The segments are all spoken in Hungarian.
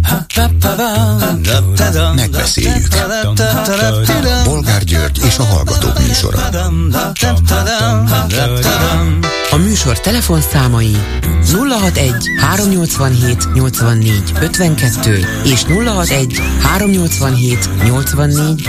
Megbeszéljük. Bolgár György és a Hallgatók műsora. A műsor telefonszámai 061 387 84 52 és 061 387 84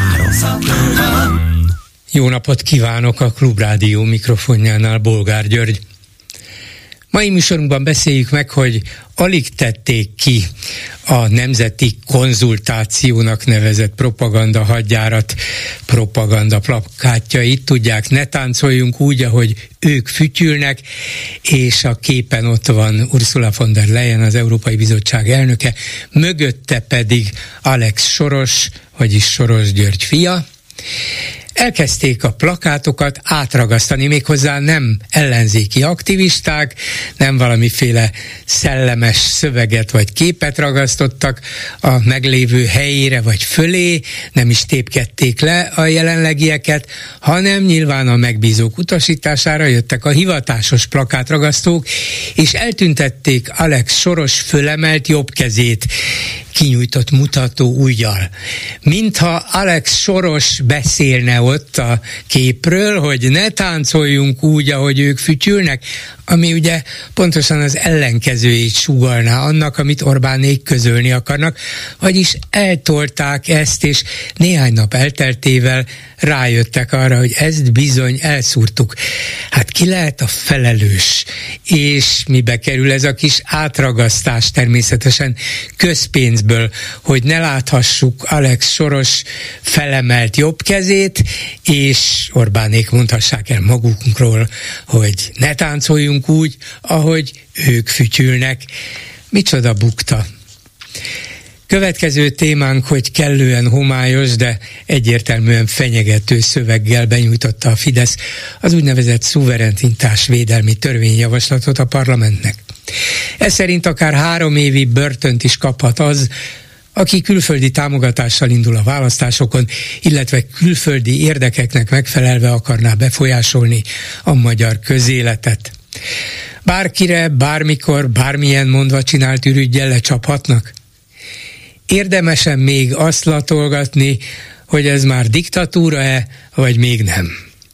53. Jó napot kívánok, a Klubrádió mikrofonjánál Bolgár György. Mai műsorunkban beszéljük meg, hogy alig tették ki a nemzeti konzultációnak nevezett propaganda hadjárat, propaganda plakátjait. Tudják, ne táncoljunk úgy, ahogy ők fütyülnek, és a képen ott van Ursula von der Leyen, az Európai Bizottság elnöke, mögötte pedig Alex Soros, vagyis Soros György fia. Elkezdték a plakátokat átragasztani, méghozzá nem ellenzéki aktivisták, nem valamiféle szellemes szöveget vagy képet ragasztottak a meglévő helyére vagy fölé, nem is tépkedték le a jelenlegieket, hanem nyilván a megbízók utasítására jöttek a hivatásos plakátragasztók, és eltüntették Alex Soros fölemelt jobb kezét kinyújtott mutató ujjal. Mintha Alex Soros beszélne ott a képről, hogy ne táncoljunk úgy, ahogy ők fütyülnek, ami ugye pontosan az ellenkezőjét sugallná annak, amit Orbánék közölni akarnak, vagyis eltolták ezt, és néhány nap elteltével rájöttek arra, hogy ezt bizony elszúrtuk. Hát ki lehet a felelős? És mibe kerül ez a kis átragasztás, természetesen közpénzből, hogy ne láthassuk Alex Soros felemelt jobb kezét, és Orbánék mondhassák el magunkról, hogy ne táncoljunk úgy, ahogy ők fütyülnek. Micsoda bukta. Következő témánk, hogy kellően homályos, de egyértelműen fenyegető szöveggel benyújtotta a Fidesz az úgynevezett szuverenitásvédelmi törvényjavaslatot a parlamentnek. Ez szerint akár 3 évi börtönt is kaphat az, aki külföldi támogatással indul a választásokon, illetve külföldi érdekeknek megfelelve akarná befolyásolni a magyar közéletet. Bárkire, bármikor, bármilyen mondva csinált ürüggyel lecsaphatnak? Érdemesen még azt latolgatni, hogy ez már diktatúra-e, vagy még nem?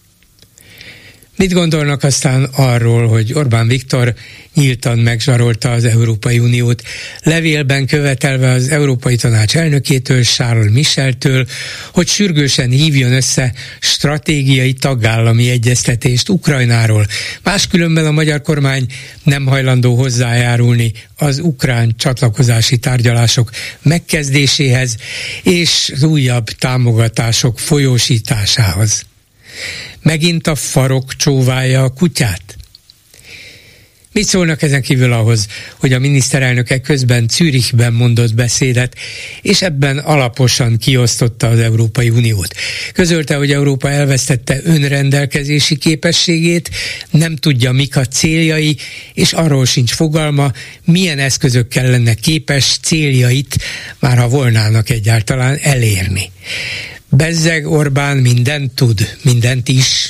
Mit gondolnak aztán arról, hogy Orbán Viktor nyíltan megzsarolta az Európai Uniót, levélben követelve az Európai Tanács elnökétől, Charles Micheltől, hogy sürgősen hívjon össze stratégiai tagállami egyeztetést Ukrajnáról. Máskülönben a magyar kormány nem hajlandó hozzájárulni az ukrán csatlakozási tárgyalások megkezdéséhez és az újabb támogatások folyósításához. Megint a farok csóválja a kutyát? Mit szólnak ezen kívül ahhoz, hogy a miniszterelnöke közben Zürichben mondott beszédet, és ebben alaposan kiosztotta az Európai Uniót? Közölte, hogy Európa elvesztette önrendelkezési képességét, nem tudja, mik a céljai, és arról sincs fogalma, milyen eszközökkel lenne képes céljait, már ha volnának egyáltalán, elérni. Bezzeg Orbán mindent tud, mindent is.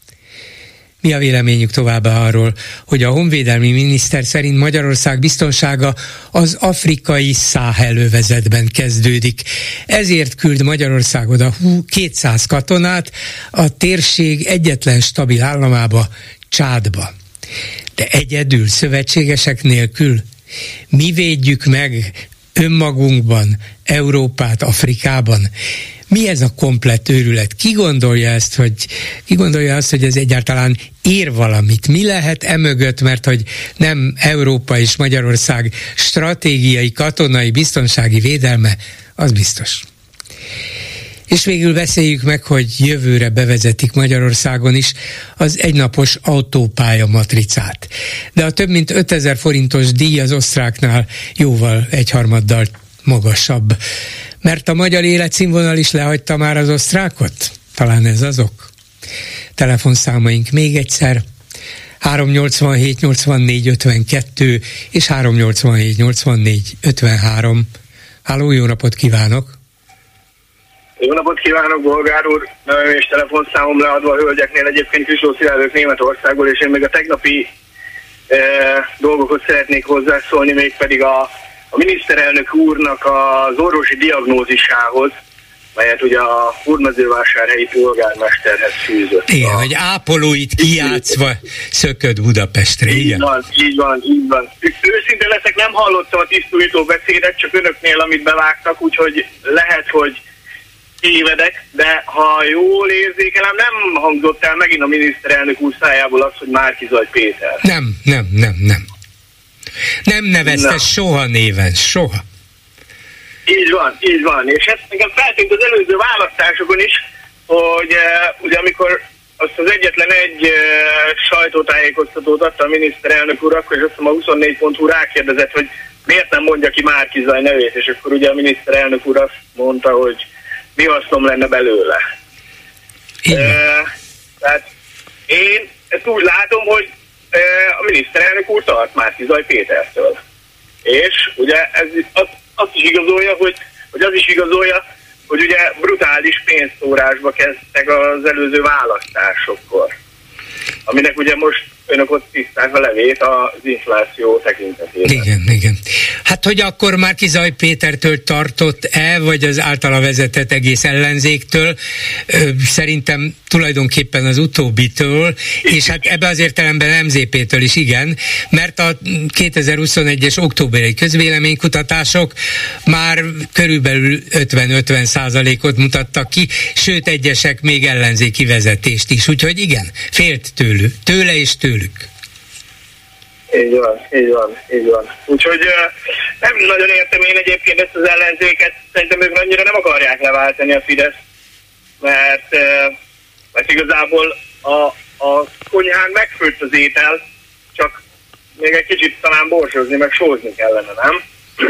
Mi a véleményük továbbá arról, hogy a honvédelmi miniszter szerint Magyarország biztonsága az afrikai Száhel-övezetben kezdődik. Ezért küld Magyarország oda 200 katonát a térség egyetlen stabil államába, Csádba. De egyedül, szövetségesek nélkül. Mi védjük meg önmagunkban Európát Afrikában. Mi ez a komplett őrület? Ki gondolja azt, hogy ez egyáltalán ér valamit? Mi lehet emögött, mert hogy nem Európa és Magyarország stratégiai, katonai, biztonsági védelme, az biztos. És végül beszéljük meg, hogy jövőre bevezetik Magyarországon is az egynapos autópálya matricát. De a több mint 5000 forintos díj az osztráknál jóval 1/3 magasabb. Mert a magyar életszínvonal is lehagyta már az osztrákot? Talán ez az ok. Telefonszámaink még egyszer 387 84 52 és 387 84 53. Háló, jó napot kívánok! Jó napot kívánok, Bolgár úr! Nevem és telefonszámom leadva a hölgyeknél, egyébként Kristóf Szilárdok Németországból, és én még a tegnapi dolgokhoz szeretnék hozzászólni, mégpedig a a miniszterelnök úrnak az orvosi diagnózisához, melyet ugye a Hódmezővásárhelyi polgármesterhez fűzött. Igen, hogy ápolóit kijátszva szökött Budapestre, igen. Így van. Őszintén leszek, nem hallottam a tisztújító beszédet, csak önöknél, amit bevágtak, úgyhogy lehet, hogy tévedek, de ha jól érzékelem, nem hangzott el megint a miniszterelnök úr szájából az, hogy Márki-Zay Péter. Nem. Nem nevezte soha néven, soha. Így van. És ez nekem feltűnt az előző választásokon is, hogy ugye amikor azt az egyetlen egy sajtótájékoztatót adta a miniszterelnök úr, akkor is azt hiszem a 24.hu rákérdezett, hogy miért nem mondja ki Márki-Zay nevét, és akkor ugye a miniszterelnök úr azt mondta, hogy mi hasznom lenne belőle. Tehát én ezt úgy látom, hogy a miniszterelnök úr tart Márki-Zay Pétertől. És ugye ez azt is igazolja, hogy ugye brutális pénzszórásba kezdtek az előző választásokkor, aminek ugye most önök ott tiszták a levét az infláció tekintetében. Igen. Hát, hogy akkor Márki-Zay Pétertől tartott-e, vagy az általa vezetett egész ellenzéktől? Szerintem tulajdonképpen az utóbbitől, és hát ebben az értelemben MZP-től is igen, mert a 2021-es októberi közvéleménykutatások már körülbelül 50-50%-ot mutattak ki, sőt egyesek még ellenzéki vezetést is, úgyhogy igen, félt tőle és tőlük. Így van. Úgyhogy nem nagyon értem én egyébként ezt az ellenzéket, szerintem ők annyira nem akarják leváltani a Fidesz, mert igazából a konyhán megfőtt az étel, csak még egy kicsit talán borsózni, meg sózni kellene, nem?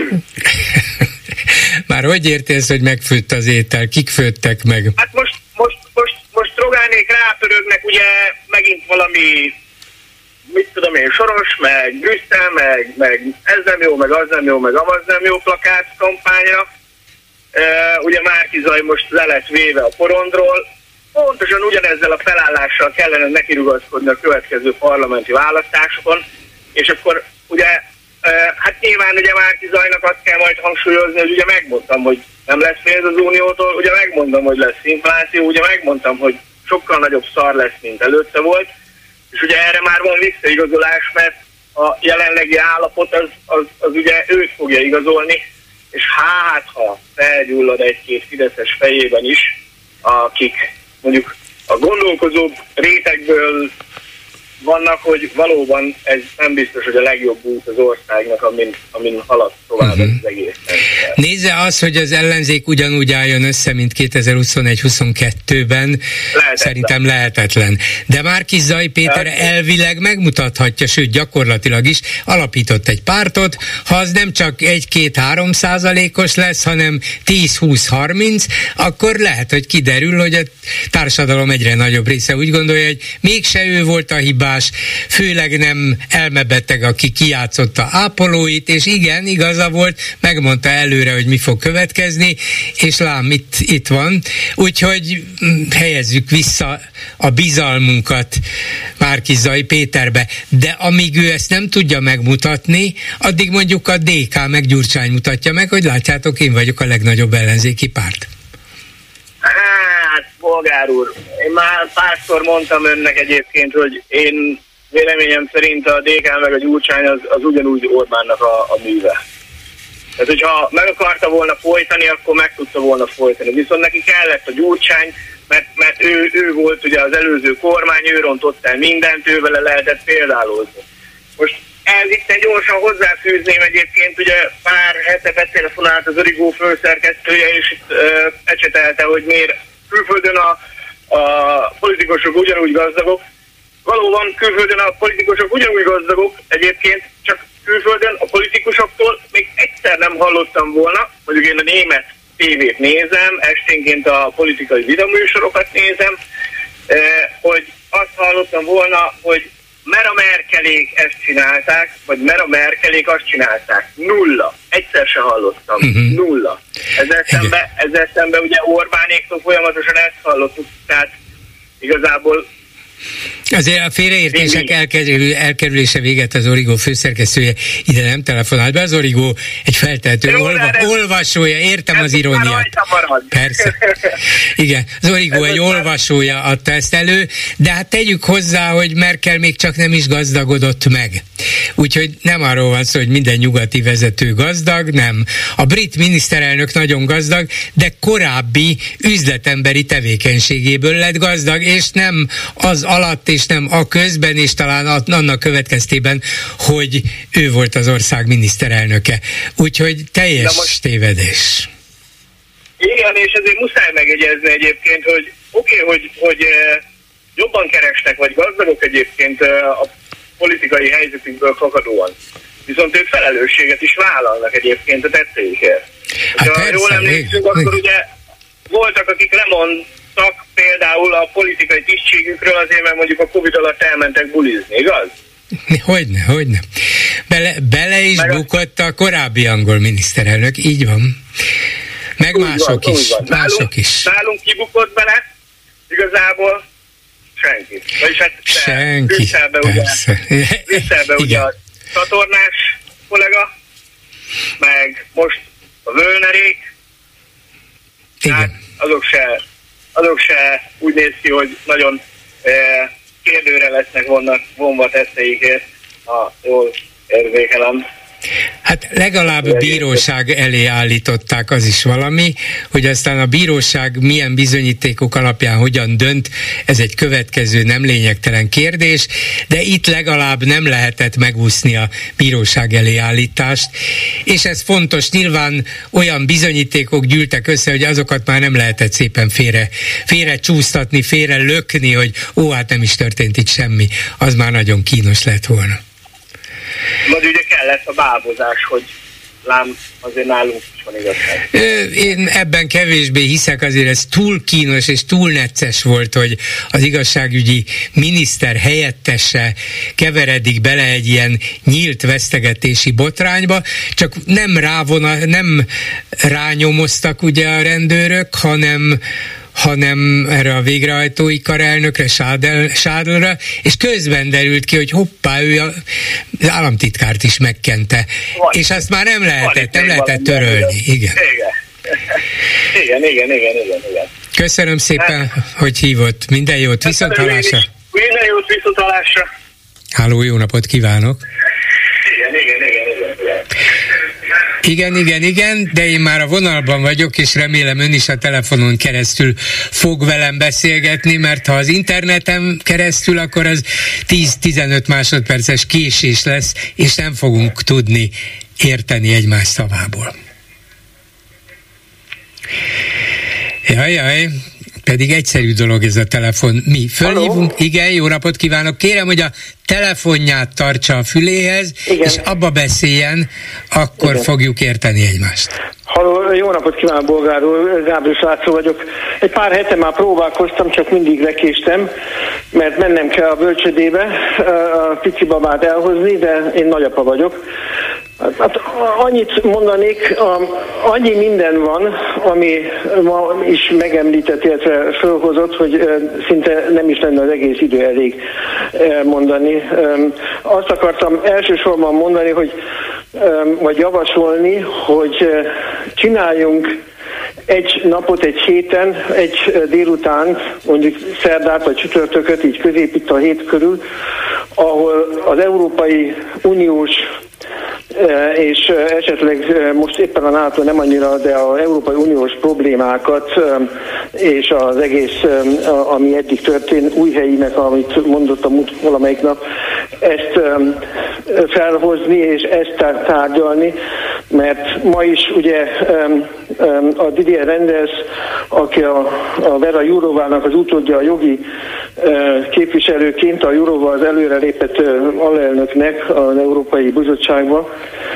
Már hogy értélsz, hogy megfőtt az étel? Kik főttek meg? Hát most Rogánék rápörögnek ugye megint valami, mit tudom én, Soros, meg Brüsszel, meg ez nem jó, meg az nem jó, meg amaz nem jó plakát kampányra. Ugye Márki-Zay most le lett véve a porondról. Pontosan ugyanezzel a felállással kellene nekirugaszkodni a következő parlamenti választásokon, és akkor ugye, hát nyilván ugye Márki-Zaynak azt kell majd hangsúlyozni, hogy ugye megmondtam, hogy nem lesz pénz az Uniótól, ugye megmondtam, hogy lesz infláció, ugye megmondtam, hogy sokkal nagyobb szar lesz, mint előtte volt, és ugye erre már van visszaigazolás, mert a jelenlegi állapot az ugye őt fogja igazolni, és hát ha felgyullad egy-két fideszes fejében is, akik mondjuk a gondolkozóbb rétegből vannak, hogy valóban ez nem biztos, hogy a legjobb út az országnak, amin halad tovább az egész. Nézze az, hogy az ellenzék ugyanúgy álljon össze, mint 2021-22-ben, szerintem lehetetlen. De Márki-Zay Péter elvileg megmutathatja, sőt gyakorlatilag is alapított egy pártot, ha az nem csak 1-2-3% lesz, hanem 10-20-30, akkor lehet, hogy kiderül, hogy a társadalom egyre nagyobb része úgy gondolja, hogy mégse ő volt a hibás, főleg nem elmebeteg, aki kijátszotta ápolóit, és igen, igaza volt, megmondta előre, hogy mi fog következni, és lám, itt van. Úgyhogy helyezzük vissza a bizalmunkat Márki-Zay Péterbe. De amíg ő ezt nem tudja megmutatni, addig mondjuk a DK meg Gyurcsány mutatja meg, hogy látjátok, én vagyok a legnagyobb ellenzéki párt. Hát, polgár úr, én már párszor mondtam önnek egyébként, hogy én véleményem szerint a DK meg a Gyurcsány az ugyanúgy Orbánnak a műve. Tehát, hogyha meg akarta volna folytani, akkor meg tudta volna folytani. Viszont neki kellett a Gyurcsány, mert ő volt ugye az előző kormány, ő rontott el mindent, ő vele lehetett példálozni. Most ez itt egy gyorsan hozzáfűzném egyébként, ugye pár hete betelefonált az Origó főszerkesztője, és itt ecsetelte, hogy miért külföldön a politikusok ugyanúgy gazdagok. Valóban külföldön a politikusok ugyanúgy gazdagok, egyébként csak külföldön a politikusoktól még egyszer nem hallottam volna, mondjuk én a német tévét nézem, esténként a politikai videóműsorokat nézem, hogy azt hallottam volna, hogy mert a Merkelék ezt csinálták, vagy mert a Merkelék azt csinálták. Nulla. Egyszer se hallottam. Nulla. Ezzel szemben ugye Orbánéktól folyamatosan ezt hallottuk, tehát igazából Azért a félreértések elkerülése véget az Origo főszerkesztője ide nem telefonált be. Az Origo egy feltehető olvasója, értem az iróniát. Persze. Igen, az Origo egy olvasója adta ezt elő, de hát tegyük hozzá, hogy Merkel még csak nem is gazdagodott meg. Úgyhogy nem arról van szó, hogy minden nyugati vezető gazdag, nem. A brit miniszterelnök nagyon gazdag, de korábbi üzletemberi tevékenységéből lett gazdag, és nem az alatt, és nem a közben, és talán annak következtében, hogy ő volt az ország miniszterelnöke. Úgyhogy teljes tévedés. Igen, és ezért muszáj megjegyezni egyébként, hogy hogy jobban keresnek, vagy gazdagok egyébként a politikai helyzetükből fakadóan. Viszont ők felelősséget is vállalnak egyébként a tetteikért. Hát ha jól emlékszünk, akkor ugye voltak, akik lemondtak például a politikai tisztségükről azért, mert mondjuk a Covid alatt elmentek bulizni, igaz? Hogyne. Bele is bukott a korábbi angol miniszterelnök, így van. Meg úgy mások van, is. Nálunk kibukott bele, igazából senki. Vagyis hát senki, Brüsszelbe ugye a csatornás kollega, meg most a Völnerék. Hát azok se úgy néz ki, hogy nagyon kérdőre lesznek vonva teszteikért, ha jól érzékelem. Hát legalább bíróság elé állították, az is valami, hogy aztán a bíróság milyen bizonyítékok alapján hogyan dönt, ez egy következő nem lényegtelen kérdés, de itt legalább nem lehetett megúszni a bíróság elé állítást, és ez fontos, nyilván olyan bizonyítékok gyűltek össze, hogy azokat már nem lehetett szépen félre csúsztatni, félre lökni, hogy hát nem is történt itt semmi, az már nagyon kínos lett volna. Vagy ugye kellett a bábozás, hogy lám azért nálunk is van igazság. Én ebben kevésbé hiszek, azért ez túl kínos és túl necces volt, hogy az igazságügyi miniszter helyettese keveredik bele egy ilyen nyílt vesztegetési botrányba, csak nem rányomoztak ugye a rendőrök, hanem erre a végrehajtói karelnökre, Sádlra, és közben derült ki, hogy hoppá, ő az államtitkárt is megkente. És azt már nem lehetett törölni. Igen. Igen. Köszönöm szépen, hogy hívott. Minden jót, viszonthallásra. Minden jót, viszonthallásra. Háló, jó napot kívánok. Igen, de én már a vonalban vagyok, és remélem ön is a telefonon keresztül fog velem beszélgetni, mert ha az interneten keresztül, akkor az 10-15 másodperces késés lesz, és nem fogunk tudni érteni egymás szavából. Jaj, pedig egyszerű dolog ez a telefon. Mi fölhívunk, igen, jó napot kívánok, kérem, hogy a telefonját tartsa a füléhez, igen, és abba beszéljen, akkor igen, fogjuk érteni egymást. Halló, jó napot kívánok, Bolgár úr, Gábor László vagyok. Egy pár hete már próbálkoztam, csak mindig lekéstem, mert mennem kell a bölcsödébe a pici babát elhozni, de én nagyapa vagyok. Hát annyit mondanék, annyi minden van, ami ma is megemlített, illetve fölhozott, hogy szinte nem is lenne az egész idő elég mondani. Azt akartam elsősorban mondani, hogy vagy javasolni, hogy csináljunk egy napot egy héten, egy délután, mondjuk szerdát vagy csütörtököt, így középít a hét körül, ahol az Európai Uniós és esetleg most éppen a NATO nem annyira, de az Európai Uniós problémákat és az egész, ami eddig történt, új helyinek, amit mondott a valamelyik nap, ezt felhozni és ezt tárgyalni, mert ma is ugye a Didier Reynders, aki a Vera Jourovának az utódja, a jogi képviselőként, a Jourova az előrelépett alelnöknek az Európai Bizottságba,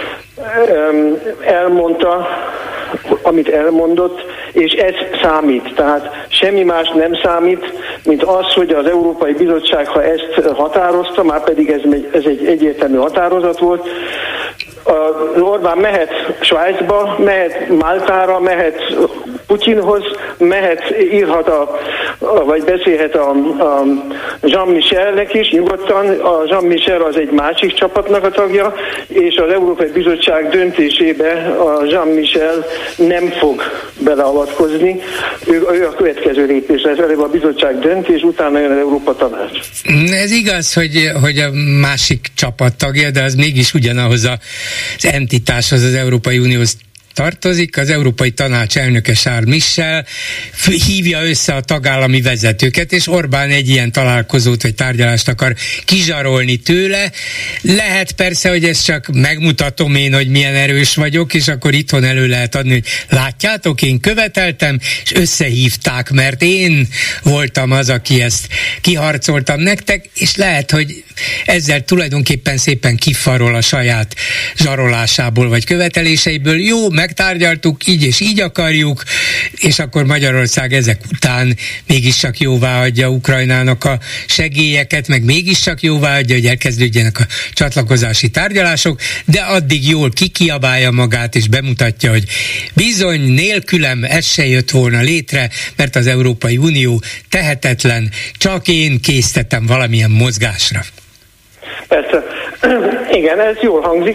elmondta, amit elmondott, és ez számít. Tehát semmi más nem számít, mint az, hogy az Európai Bizottság, ha ezt határozta, már pedig ez egy egyértelmű határozat volt, Orbán mehet Svájcba, mehet Máltára, mehet Putyinhoz írhat vagy beszélhet a Jean Michelnek is, nyugodtan. A Jean Michel az egy másik csapatnak a tagja, és az Európai Bizottság döntésébe a Jean Michel nem fog beleavatkozni. Ő a következő lépés lesz, előbb a bizottság döntés, utána jön az Európa Tanács. Ez igaz, hogy a másik csapat tagja, de az mégis ugyanahoz az entitáshoz, az Európai Unióhoz tartozik. Az Európai Tanács elnöke Charles Michel hívja össze a tagállami vezetőket, és Orbán egy ilyen találkozót vagy tárgyalást akar kizsarolni tőle. Lehet persze, hogy ezt csak megmutatom én, hogy milyen erős vagyok, és akkor itthon elő lehet adni, hogy látjátok, én követeltem, és összehívták, mert én voltam az, aki ezt kiharcoltam nektek, és lehet, hogy ezzel tulajdonképpen szépen kifarol a saját zsarolásából vagy követeléseiből. Jó, megtárgyaltuk, így és így akarjuk, és akkor Magyarország ezek után mégiscsak jóváhagyja Ukrajnának a segélyeket, meg mégiscsak jóváhagyja, hogy elkezdődjenek a csatlakozási tárgyalások, de addig jól kikiabálja magát, és bemutatja, hogy bizony, nélkülem ez se jött volna létre, mert az Európai Unió tehetetlen, csak én késztetem valamilyen mozgásra. Persze. Igen, ez jól hangzik.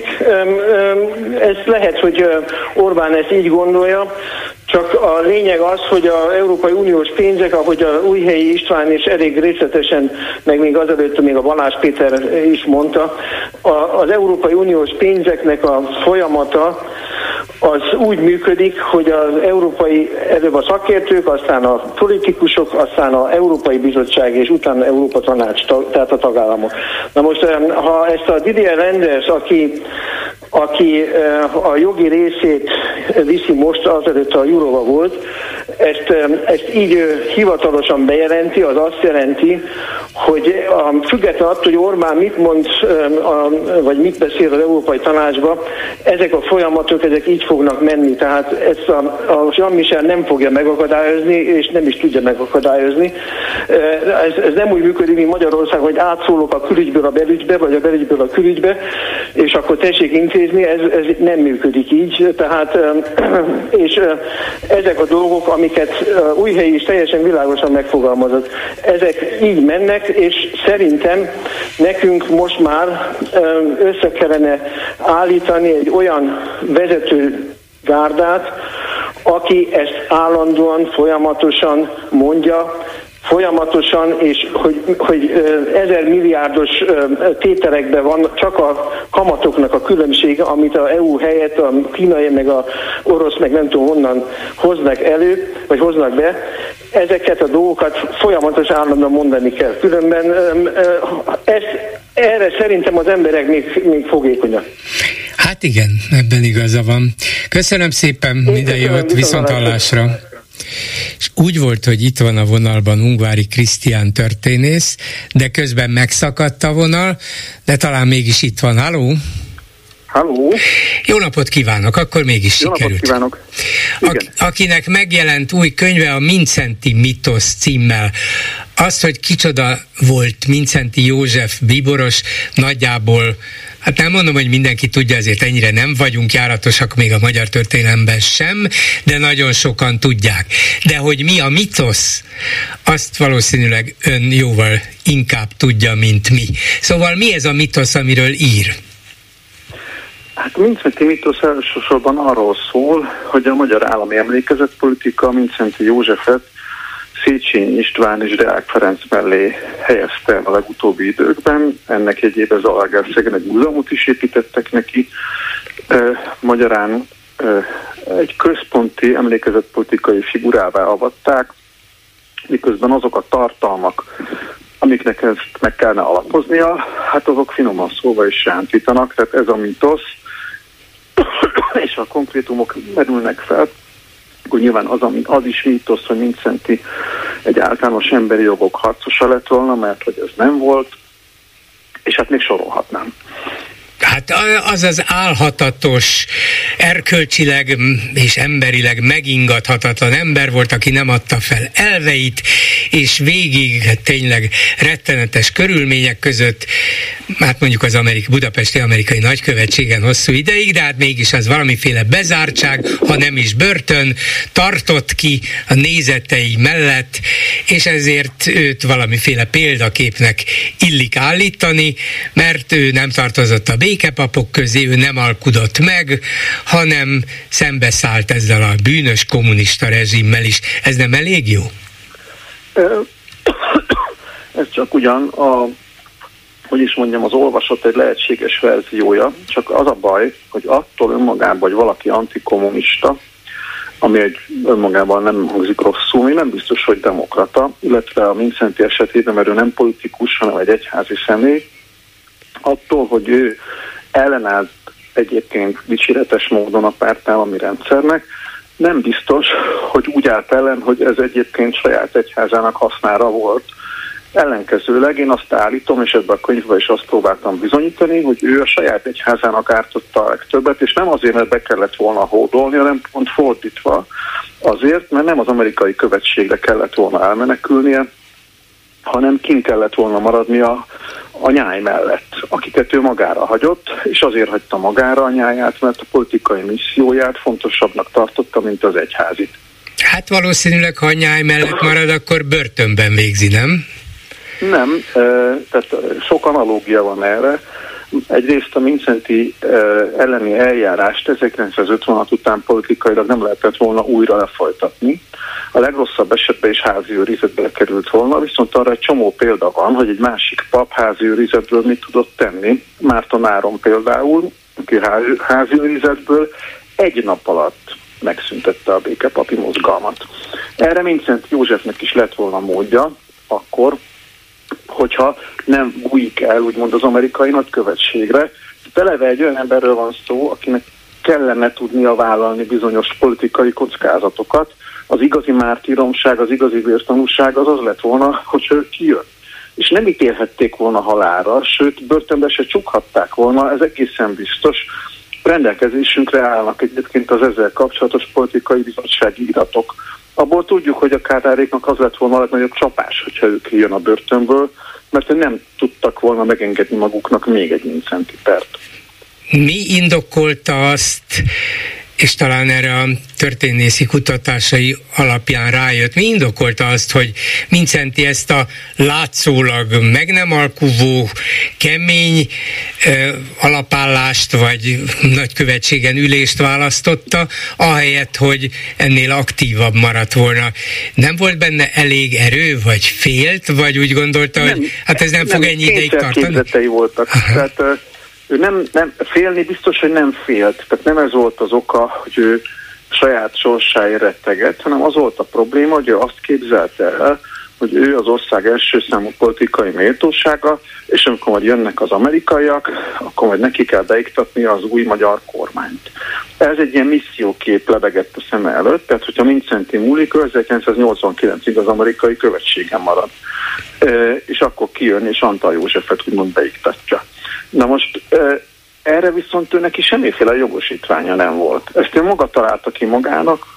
Ez lehet, hogy Orbán ezt így gondolja, csak a lényeg az, hogy az Európai Uniós pénzek, ahogy a Újhelyi István is elég részletesen, meg még azelőtt még a Balázs Péter is mondta, az Európai Uniós pénzeknek a folyamata az úgy működik, hogy az előbb a szakértők, aztán a politikusok, aztán az Európai Bizottság, és utána Európa Tanács, tehát a tagállamok. Na most, ha ezt a Didier Reynders, aki a jogi részét viszi most, azelőtt a Jurova volt, ezt így hivatalosan bejelenti, az azt jelenti, hogy függetlenül attól, hogy Orbán mit mond, vagy mit beszél az Európai Tanácsba, ezek a folyamatok, ezek így fognak menni. Tehát ezt a Jean Michel nem fogja megakadályozni, és nem is tudja megakadályozni. Ez nem úgy működik, mint Magyarország, hogy átszólok a külügyből a belügybe, vagy a belügyből a külügybe, és akkor tessék intézni, ez nem működik így. Tehát, és ezek a dolgok, amiket Újhelyi is teljesen világosan megfogalmazott, ezek így mennek, és szerintem nekünk most már össze kellene állítani egy olyan vezető gárdát, aki ezt állandóan, folyamatosan mondja, és hogy 1000 milliárdos tételekben van csak a kamatoknak a különbsége, amit a EU helyett a kínai, meg a orosz, meg nem tudom honnan hoznak elő, vagy hoznak be. Ezeket a dolgokat folyamatosan állandóan mondani kell. Különben erre szerintem az emberek még fogékonyak. Hát igen, ebben igaza van. Köszönöm szépen, minden jót, viszonthallásra. És úgy volt, hogy itt van a vonalban Ungvári Krisztián történész, de közben megszakadt a vonal, de talán mégis itt van. Halló? Halló? Jó napot kívánok, akkor mégis jó sikerült. Jó napot kívánok. Akinek megjelent új könyve, a Mindszenty mitosz címmel. Azt, hogy kicsoda volt Mindszenty József bíboros, nagyjából, hát nem mondom, hogy mindenki tudja, azért ennyire nem vagyunk járatosak még a magyar történelemben sem, de nagyon sokan tudják. De hogy mi a mitosz, azt valószínűleg ön jóval inkább tudja, mint mi. Szóval mi ez a mitosz, amiről ír? Hát Mindszenty mitosz elsősorban arról szól, hogy a magyar állami emlékezetpolitika Mindszenty Józsefet Széchenyi István és Deák Ferenc mellé helyezte el a legutóbbi időkben. Ennek jegyében Zalaegerszegen egy múzeumot is építettek neki. Magyarán egy központi emlékezetpolitikai figurává avatták, miközben azok a tartalmak, amiknek ezt meg kellene alapoznia, hát azok finoman szólva is sántítanak, tehát ez a mitosz, és a konkrétumok merülnek fel, akkor nyilván az is mítosz, hogy Mindszenty egy általános emberi jogok harcosa lett volna, mert hogy ez nem volt, és hát még sorolhatnám. Hát az álhatatos, erkölcsileg és emberileg megingathatatlan ember volt, aki nem adta fel elveit, és végig tényleg rettenetes körülmények között, hát mondjuk az budapesti amerikai nagykövetségen hosszú ideig, de hát mégis az valamiféle bezártság, ha nem is börtön, tartott ki a nézetei mellett, és ezért őt valamiféle példaképnek illik állítani, mert ő nem tartozott a békepapok közé, ő nem alkudott meg, hanem szembeszállt ezzel a bűnös kommunista rezsimmel is. Ez nem elég jó? Ez csak ugyan az olvasott egy lehetséges verziója, csak az a baj, hogy attól önmagában, hogy valaki antikommunista, ami egy önmagában nem hangzik rosszul, még nem biztos, hogy demokrata, illetve a Mindszenty esetében, mert ő nem politikus, hanem egy egyházi személy, attól, hogy ő ellenállt egyébként dicséretes módon a pártállami rendszernek, nem biztos, hogy úgy állt ellen, hogy ez egyébként saját egyházának hasznára volt. Ellenkezőleg én azt állítom, és ebben a könyvben is azt próbáltam bizonyítani, hogy ő a saját egyházának ártotta a legtöbbet, és nem azért, mert be kellett volna hódolni, hanem pont fordítva. Azért, mert nem az amerikai követségre kellett volna elmenekülnie, hanem kint kellett volna maradnia a nyáj mellett, akiket ő magára hagyott, és azért hagyta magára a nyáját, mert a politikai misszióját fontosabbnak tartotta, mint az egyházit. Hát valószínűleg, ha a nyáj mellett marad, akkor börtönben végzi, nem? Nem, tehát sok analógia van erre. Egyrészt a Mindszenty elleni eljárást 1956 után politikailag nem lehetett volna újra lefolytatni. A legrosszabb esetben is házi őrizetbe került volna, viszont arra egy csomó példa van, hogy egy másik pap házi őrizetből mit tudott tenni. Márton Áron például, aki házi őrizetből egy nap alatt megszüntette a békepapi mozgalmat. Erre Mindszenty Józsefnek is lett volna módja, akkor, hogyha nem bújik el, úgymond az amerikai nagykövetségre. Eleve egy olyan emberről van szó, akinek kellene tudnia vállalni bizonyos politikai kockázatokat. Az igazi mártíromság, az igazi vértanúság az lett volna, hogy ő kijön. És nem ítélhették volna halálra, sőt, börtönbe se csukhatták volna, ez egészen biztos. Rendelkezésünkre állnak egyébként az ezzel kapcsolatos politikai bizottsági iratok. Abból tudjuk, hogy a Kádáréknak az lett volna a legnagyobb csapás, hogyha ők kijön a börtönből, mert nem tudtak volna megengedni maguknak még egy Mindszenty pert. Mi indokolta azt, és talán erre a történészi kutatásai alapján rájött, mi indokolta azt, hogy Mindszenty ezt a látszólag meg nem alkuvó, kemény alapállást vagy nagykövetségen ülést választotta, ahelyett, hogy ennél aktívabb maradt volna. Nem volt benne elég erő, vagy félt, vagy úgy gondolta, nem, hogy hát ez nem fog ennyi ideig tartani? Képzetei voltak. Tehát ő nem félni biztos, hogy nem félt. Tehát nem ez volt az oka, hogy ő saját sorsáért retteget, hanem az volt a probléma, hogy ő azt képzelte el, hogy ő az ország első számú politikai méltósága, és amikor majd jönnek az amerikaiak, akkor majd neki kell beiktatnia az új magyar kormányt. Ez egy ilyen missziókép lebegett a szeme előtt, tehát hogyha Mindszenty múlik, 1989-ig az amerikai követségen marad. És akkor kijön, és Antal Józsefet úgymond beiktatja. Na most erre viszont ő neki semmiféle jogosítványa nem volt. Ezt ő maga találta ki magának,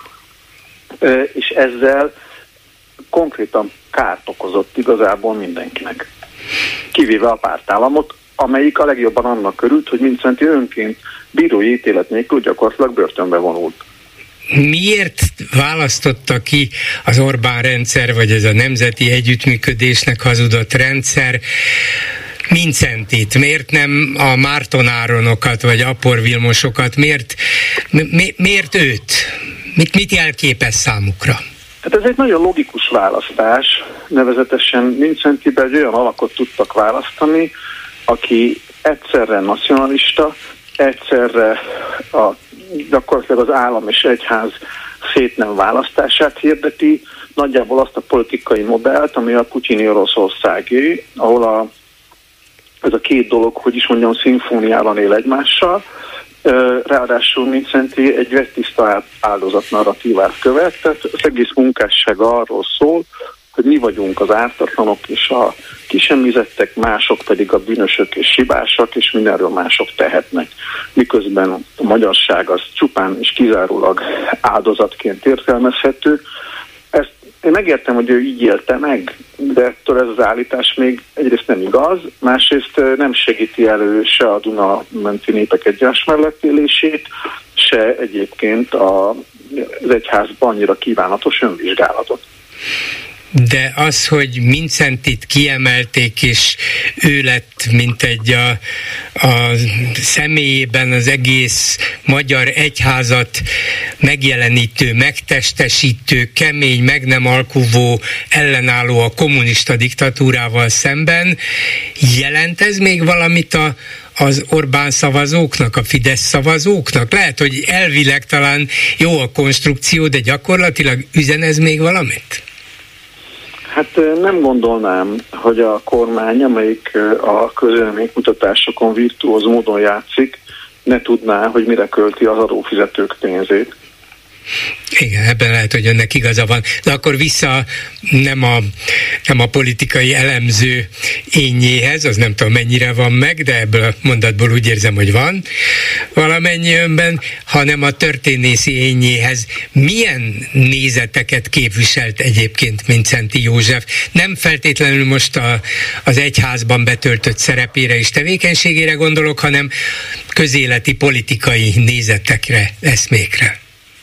és ezzel konkrétan kárt okozott igazából mindenkinek. Kivéve a pártállamot, amelyik a legjobban annak örült, hogy Mindszenty önként bírói ítélet nélkül gyakorlatilag börtönbe vonult. Miért választotta ki az Orbán rendszer, vagy ez a nemzeti együttműködésnek hazudott rendszer Mindszentyt? Miért nem a Márton Áronokat, vagy Apor Vilmosokat? Miért őt? Mit jelképez számukra? Hát ez egy nagyon logikus választás, nevezetesen Mindszentyben egy olyan alakot tudtak választani, aki egyszerre nacionalista, egyszerre gyakorlatilag az állam és egyház szét nem választását hirdeti, nagyjából azt a politikai modellt, ami a putyini Oroszországé, ahol ez a két dolog, hogy is mondjam, szimfóniában él egymással. Ráadásul Mindszenty egy vettiszta áldozat narratívát követ, tehát az egész munkássága arról szól, hogy mi vagyunk az ártatlanok és a kisemmizettek, mások pedig a bűnösök és hibásak, és mindenről mások tehetnek. Miközben a magyarság az csupán és kizárólag áldozatként értelmezhető. Ezt én megértem, hogy ő így élte meg, de ettől ez az állítás még egyrészt nem igaz, másrészt nem segíti elő se a Duna-menti népek egymás mellett élését, se egyébként az egyházban annyira kívánatos önvizsgálatot. De az, hogy Mincentit kiemelték, és ő lett mint egy a személyében az egész magyar egyházat megjelenítő, megtestesítő, kemény, meg nem alkuvó, ellenálló a kommunista diktatúrával szemben, jelent ez még valamit az Orbán szavazóknak, a Fidesz szavazóknak? Lehet, hogy elvileg talán jó a konstrukció, de gyakorlatilag üzen ez még valamit? Hát nem gondolnám, hogy a kormány, amelyik a közvéleménykutatásokon virtuóz módon játszik, ne tudná, hogy mire költi az adófizetők pénzét. Igen, ebben lehet, hogy önnek igaza van. De akkor vissza nem a politikai elemző énjéhez, az nem tudom mennyire van meg, de ebből a mondatból úgy érzem, hogy van valamennyi önben, hanem a történészi énjéhez. Milyen nézeteket képviselt egyébként Mindszenty József? Nem feltétlenül most az egyházban betöltött szerepére és tevékenységére gondolok, hanem közéleti politikai nézetekre, eszmékre.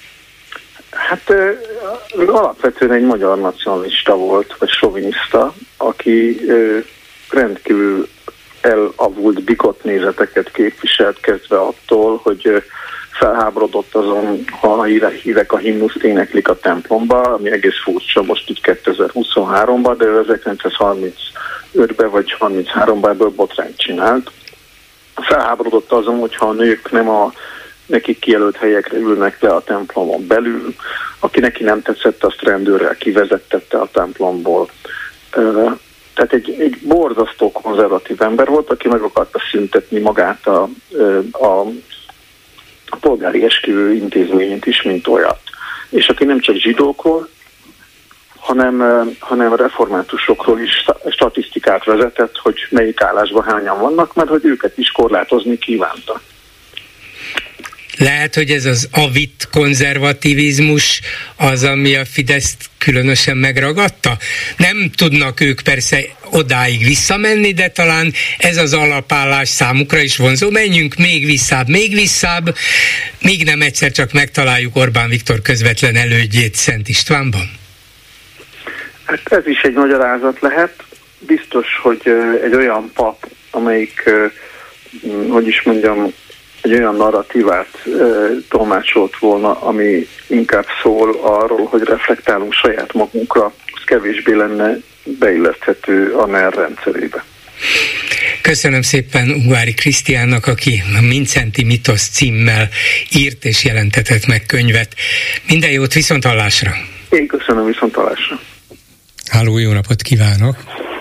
Hát alapvetően egy magyar nacionalista volt, vagy soviniszta, aki rendkívül elavult, bigott nézeteket képviselt, kezdve attól, hogy felháborodott azon, ha hívek a himnuszt éneklik a templomba, ami egész furcsa most így 2023-ban, de 1935-ben vagy 33-ban ebből botrányt csinált. Felháborodott azon, hogyha a nők nem a nekik kijelölt helyekre ülnek le a templomon belül, aki neki nem tetszett, azt rendőrrel kivezettette a templomból. Tehát egy borzasztó konzervatív ember volt, aki meg akarta szüntetni magát a polgári esküvő intézményét is, mint olyat. És aki nem csak zsidókról, hanem reformátusokról is statisztikát vezetett, hogy melyik állásban hányan vannak, mert hogy őket is korlátozni kívánta. Lehet, hogy ez az avit konzervativizmus az, ami a Fideszt különösen megragadta? Nem tudnak ők persze odáig visszamenni, de talán ez az alapállás számukra is vonzó. Menjünk még visszább, míg nem egyszer csak megtaláljuk Orbán Viktor közvetlen elődjét Szent Istvánban? Hát ez is egy magyarázat lehet. Biztos, hogy egy olyan pap, amelyik, egy olyan narratívát tolmácsolt volna, ami inkább szól arról, hogy reflektálunk saját magunkra, az kevésbé lenne beilleszthető a NER rendszerébe. Köszönöm szépen Ungvári Krisztiánnak, aki a Mindszenty Mitosz címmel írt és jelentetett meg könyvet. Minden jót, viszonthallásra! Én köszönöm, viszonthallásra! Halló, jó napot kívánok!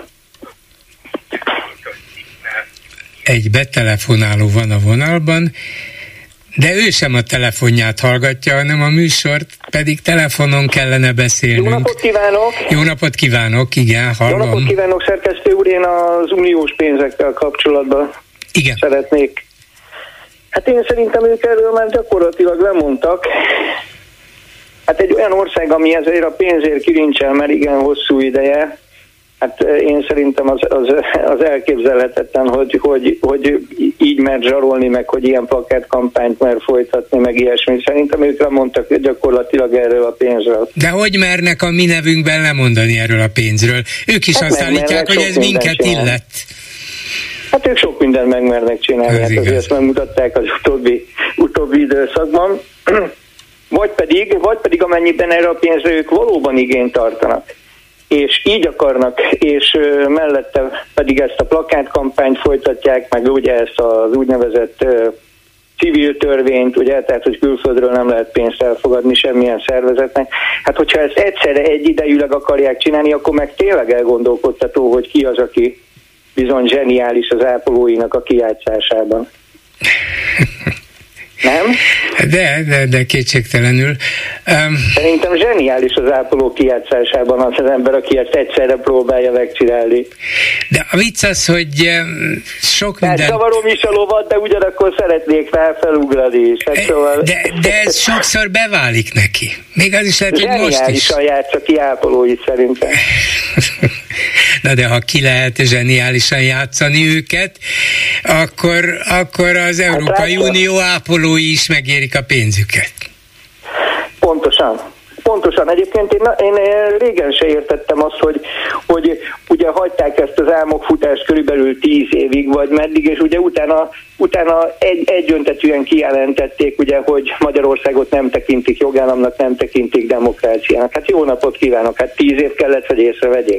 Egy betelefonáló van a vonalban, de ő sem a telefonját hallgatja, hanem a műsort, pedig telefonon kellene beszélnünk. Jó napot kívánok! Jó napot kívánok, igen, hallom. Jó napot kívánok, szerkesztő úr, én az uniós pénzekkel kapcsolatban szeretnék. Hát én szerintem ők erről már gyakorlatilag lemondtak. Hát egy olyan ország, ami ezért a pénzért kirincsel már igen hosszú ideje, hát én szerintem az elképzelhetetlen, hogy így mer zsarolni, meg hogy ilyen plakátkampányt mer folytatni, meg ilyesmi. Szerintem ők lemondtak gyakorlatilag erről a pénzről. De hogy mernek a mi nevünkben lemondani erről a pénzről? Ők is azt állítják, hogy ez minket illet. Hát ők sok mindent megmernek csinálni, hát azért ezt megmutatták az utóbbi időszakban. Vagy pedig amennyiben erre a pénzre ők valóban igényt tartanak, és így akarnak, és mellette pedig ezt a plakátkampányt folytatják, meg ugye ezt az úgynevezett civil törvényt, ugye, tehát hogy külföldről nem lehet pénzt elfogadni semmilyen szervezetnek. Hát hogyha ezt egyszerre egyidejűleg akarják csinálni, akkor meg tényleg elgondolkodtató, hogy ki az, aki bizony zseniális az ápolóinak a kijátszásában. Nem? De kétségtelenül. Szerintem zseniális az ápoló kijátszásában az ember, aki ezt egyszerre próbálja megcsinálni. De a vicc az, hogy sok minden... Zavarom is a lovat, de ugyanakkor szeretnék felugrani is. Szóval... De ez sokszor beválik neki. Még az is lehet, hogy most is. Zseniálisan játsza ki ápolóit szerintem. Na de ha ki lehet zseniálisan játszani őket, akkor az Európai Unió ápolói is megérik a pénzüket. Pontosan. Egyébként én régen se értettem azt, hogy ugye hagyták ezt az álmokfutást körülbelül 10 évig, vagy meddig, és ugye utána egyöntetűen kijelentették, ugye, hogy Magyarországot nem tekintik jogállamnak, nem tekintik demokráciának. Hát jó napot kívánok, 10 év kellett, hogy észrevegyék.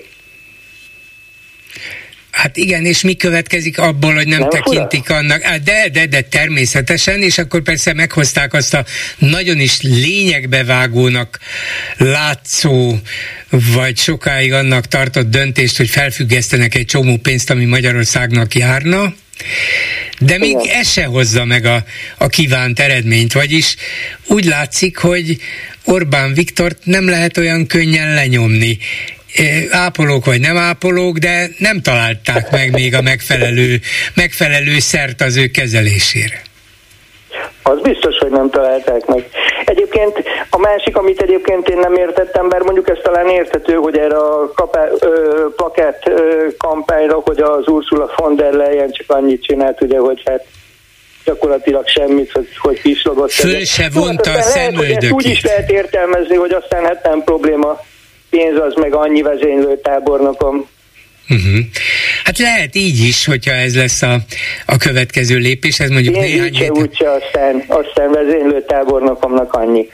Hát igen, és mi következik abból, hogy nem tekintik annak? De természetesen, és akkor persze meghozták azt a nagyon is lényegbevágónak látszó, vagy sokáig annak tartott döntést, hogy felfüggesztenek egy csomó pénzt, ami Magyarországnak járna, de még ez se hozza meg a kívánt eredményt, vagyis úgy látszik, hogy Orbán Viktort nem lehet olyan könnyen lenyomni. Ápolók vagy nem ápolók, de nem találták meg még a megfelelő szert az ő kezelésére. Az biztos, hogy nem találták meg. Egyébként a másik, amit egyébként én nem értettem, bár mondjuk ez talán érthető, hogy erre a plakát kampányra, hogy az Ursula von der Leyen csak annyit csinált, ugye, hogy hát gyakorlatilag semmit, hogy pislogott. Föl se vonta a szemöldökét. Úgy is lehet értelmezni, hogy aztán hát nem probléma, pénz az meg annyi vezénylő tábornokom. Hát lehet így is, hogyha ez lesz a következő lépés, ez mondjuk néhány héten. Úgyse, aztán vezénylő tábornokomnak annyi.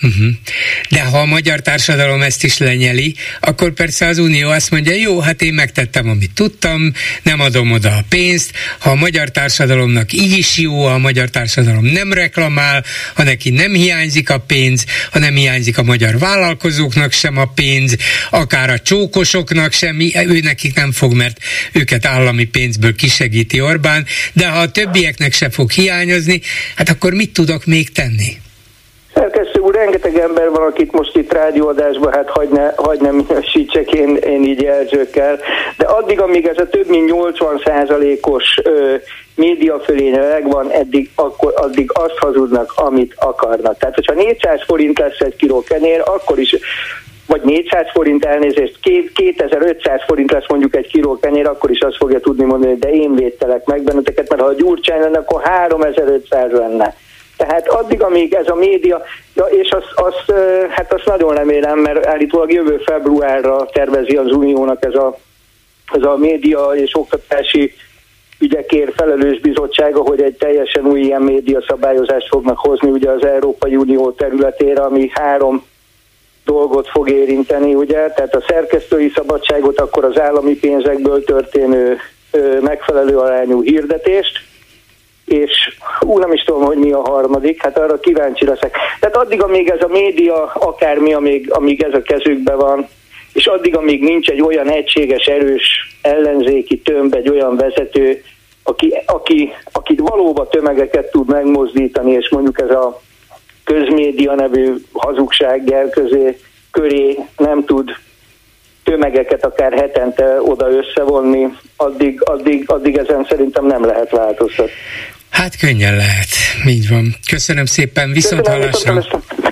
De ha a magyar társadalom ezt is lenyeli, akkor persze az Unió azt mondja, jó, hát én megtettem, amit tudtam, nem adom oda a pénzt, ha a magyar társadalomnak így is jó, ha a magyar társadalom nem reklamál, ha neki nem hiányzik a pénz, ha nem hiányzik a magyar vállalkozóknak sem a pénz, akár a csókosoknak sem, nekik nem fog, mert őket állami pénzből kisegíti Orbán, de ha a többieknek se fog hiányozni, hát akkor mit tudok még tenni? Szerkesztő úr, rengeteg ember van, akit most itt rádióadásban, hát hagy nem minősítsek én így jelzőkkel, de addig, amíg ez a több mint 80%-os médiafölénye megvan, addig azt hazudnak, amit akarnak. Tehát, hogyha 400 forint lesz egy kiló kenyér, akkor is, vagy 400 forint elnézést, 2500 forint lesz mondjuk egy kiló kenyér, akkor is azt fogja tudni mondani, de én védtelek meg benneteket, mert ha a Gyurcsány lenne, akkor 3500 lenne. Tehát addig, amíg ez a média, és azt nagyon remélem, mert állítólag jövő februárra tervezi az Uniónak ez a média és oktatási ügyekért felelős bizottsága, hogy egy teljesen új ilyen média szabályozást fognak hozni ugye az Európai Unió területére, ami 3 dolgot fog érinteni, ugye, tehát a szerkesztői szabadságot, akkor az állami pénzekből történő megfelelő arányú hirdetést, és nem is tudom, hogy mi a harmadik, hát arra kíváncsi leszek. Tehát addig, amíg ez a média, akármi, amíg ez a kezükben van, és addig, amíg nincs egy olyan egységes, erős ellenzéki tömb, egy olyan vezető, aki valóban tömegeket tud megmozdítani, és mondjuk ez a közmédia nevű hazugsággel köré nem tud tömegeket akár hetente oda összevonni, addig ezen szerintem nem lehet változtatni. Hát könnyen lehet, így van. Köszönöm szépen, viszonthallásra.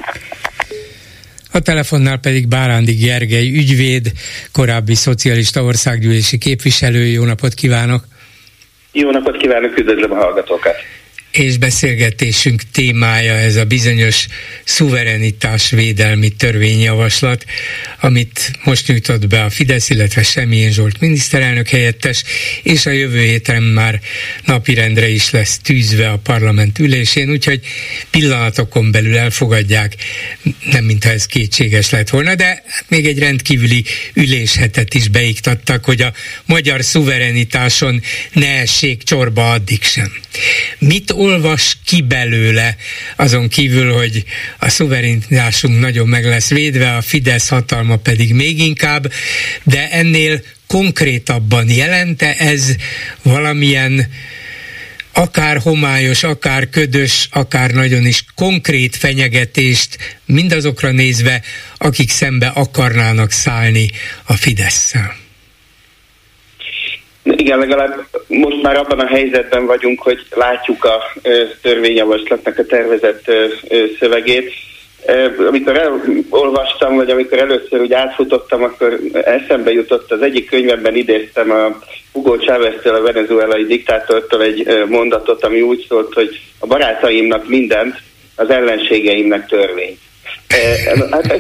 A telefonnál pedig Bárándi Gergely ügyvéd, korábbi szocialista országgyűlési képviselő. Jó napot kívánok! Jó napot kívánok, üdvözlöm a hallgatókat! És beszélgetésünk témája ez a bizonyos szuverenitásvédelmi törvényjavaslat, amit most nyújtott be a Fidesz, illetve Semjén Zsolt miniszterelnök helyettes, és a jövő héten már napirendre is lesz tűzve a parlament ülésén, úgyhogy pillanatokon belül elfogadják, nem mintha ez kétséges lett volna, de még egy rendkívüli üléshetet is beiktattak, hogy a magyar szuverenitáson ne essék csorba addig sem. Mit olvas ki belőle, azon kívül, hogy a szuverenitásunk nagyon meg lesz védve, a Fidesz hatalma pedig még inkább, de ennél konkrétabban jelente ez valamilyen akár homályos, akár ködös, akár nagyon is konkrét fenyegetést mindazokra nézve, akik szembe akarnának szállni a Fidesszel. Igen, legalább most már abban a helyzetben vagyunk, hogy látjuk a törvényjavaslatnak a tervezett szövegét. Amikor elolvastam, vagy amikor először úgy átfutottam, akkor eszembe jutott, az egyik könyvemben idéztem a Hugo Chávez-től, a venezuelai diktátortól egy mondatot, ami úgy szólt, hogy a barátaimnak mindent, az ellenségeimnek törvény. Hát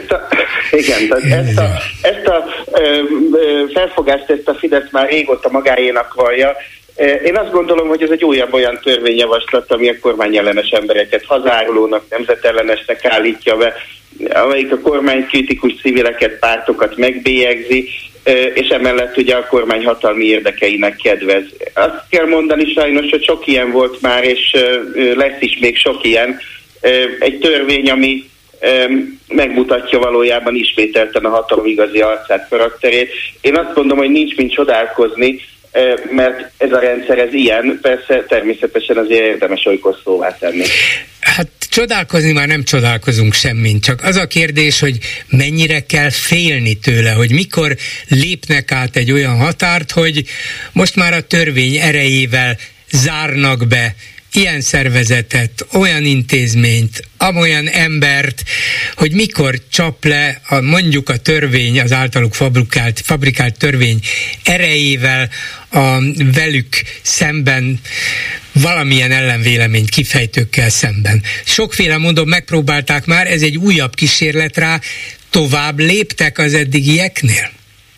ezt a felfogást, ezt a Fidesz már régóta magáénak vallja. Én azt gondolom, hogy ez egy újabb olyan törvényjavaslat, ami a kormányellenes embereket hazárulónak, nemzetellenesnek állítja be, amelyik a kormánykritikus civileket, pártokat megbélyegzi, és emellett ugye a kormány hatalmi érdekeinek kedvez. Azt kell mondani sajnos, hogy sok ilyen volt már, és lesz is még sok ilyen. Egy törvény, ami megmutatja valójában ismételten a hatalom igazi arcát, karakterét. Én azt mondom, hogy nincs mint csodálkozni, mert ez a rendszer ez ilyen, persze természetesen azért érdemes olykor szóvá tenni. Hát csodálkozni már nem csodálkozunk semmin, csak az a kérdés, hogy mennyire kell félni tőle, hogy mikor lépnek át egy olyan határt, hogy most már a törvény erejével zárnak be ilyen szervezetet, olyan intézményt, amolyan embert, hogy mikor csap le mondjuk a törvény, az általuk fabrikált törvény erejével a velük szemben valamilyen ellenvéleményt kifejtőkkel szemben. Sokféle mondom, megpróbálták már, ez egy újabb kísérlet rá, tovább léptek az eddigieknél?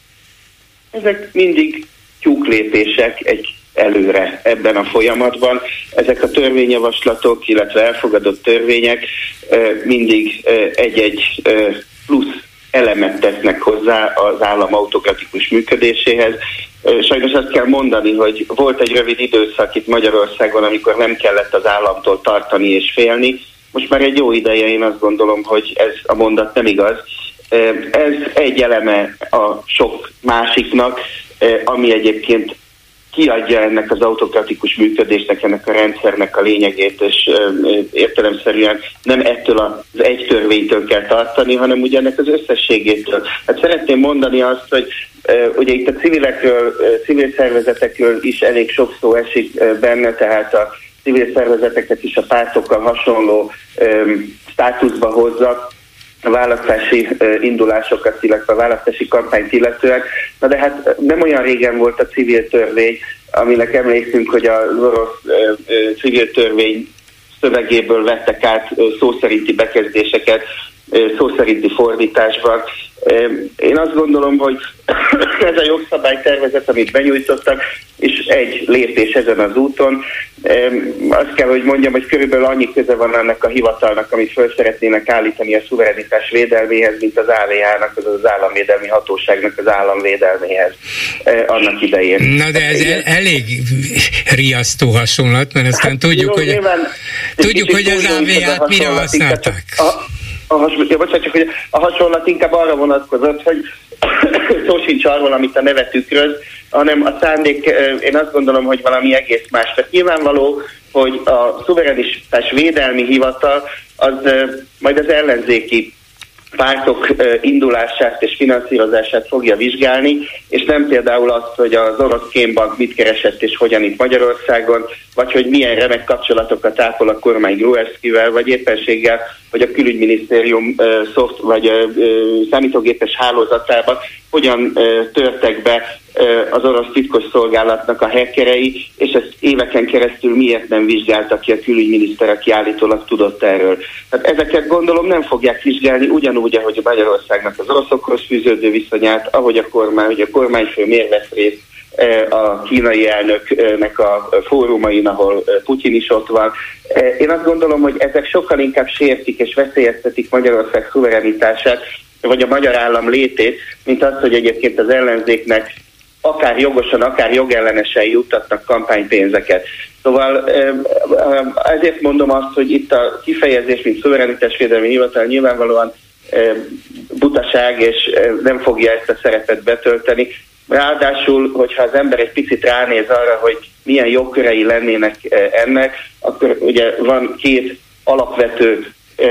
Ezek mindig tyúklépések előre ebben a folyamatban. Ezek a törvényjavaslatok, illetve elfogadott törvények mindig egy-egy plusz elemet tesznek hozzá az állam autokratikus működéséhez. Sajnos azt kell mondani, hogy volt egy rövid időszak itt Magyarországon, amikor nem kellett az államtól tartani és félni. Most már egy jó ideje, én azt gondolom, hogy ez a mondat nem igaz. Ez egy eleme a sok másiknak, ami egyébként kiadja ennek az autokratikus működésnek, ennek a rendszernek a lényegét, és értelemszerűen nem ettől az egy törvénytől kell tartani, hanem ugye ennek az összességétől. Hát szeretném mondani azt, hogy ugye itt a civilekről, civil szervezetekről is elég sok szó esik benne, tehát a civil szervezeteket is a pártokkal hasonló státuszba hozza a választási indulásokat, illetve a választási kampányt illetően. Na de hát nem olyan régen volt a civil törvény, aminek emlékszünk, hogy az orosz civil törvény szövegéből vettek át szó szerinti bekezdéseket, szó szerinti fordításban. Én azt gondolom, hogy ez a jogszabálytervezet, amit benyújtottak, és egy lépés ezen az úton. Azt kell, hogy mondjam, hogy körülbelül annyi köze van ennek a hivatalnak, amit föl szeretnének állítani a szuverenitás védelméhez, mint az AVH-nak, az Államvédelmi Hatóságnak az államvédelméhez annak idején. Na de ez elég riasztó hasonlat, mert aztán tudjuk, hogy az AVH-t mire használták. A hasonlat inkább arra vonatkozott, hogy szó sincs arról, amit a neve tükröz, hanem a szándék, én azt gondolom, hogy valami egész más. Tehát nyilvánvaló, hogy a szuverenitás védelmi hivatal az majd az ellenzéki pártok indulását és finanszírozását fogja vizsgálni, és nem például azt, hogy az orosz kémbank mit keresett és hogyan itt Magyarországon, vagy hogy milyen remek kapcsolatokat ápol a kormány Gruevszkivel, vagy éppenséggel, hogy a külügyminisztérium számítógépes hálózatában hogyan törtek be az orosz titkosszolgálatnak a hackerei, és ezt éveken keresztül miért nem vizsgálta ki a külügyminiszter, aki állítólag tudott erről. Tehát ezeket gondolom nem fogják vizsgálni ugyanúgy, ahogy a Magyarországnak az oroszokhoz fűződő viszonyát, ahogy a kormányfő miért vesz részt a kínai elnöknek a fórumain, ahol Putyin is ott van. Én azt gondolom, hogy ezek sokkal inkább sértik és veszélyeztetik Magyarország szuverenitását, vagy a magyar állam létét, mint az, hogy egyébként az ellenzéknek akár jogosan, akár jogellenesen juttatnak kampánypénzeket. Szóval ezért mondom azt, hogy itt a kifejezés, mint szuverenitásvédelmi hivatal nyilvánvalóan butaság, és nem fogja ezt a szerepet betölteni. Ráadásul, hogyha az ember egy picit ránéz arra, hogy milyen jogkörei lennének ennek, akkor ugye van két alapvető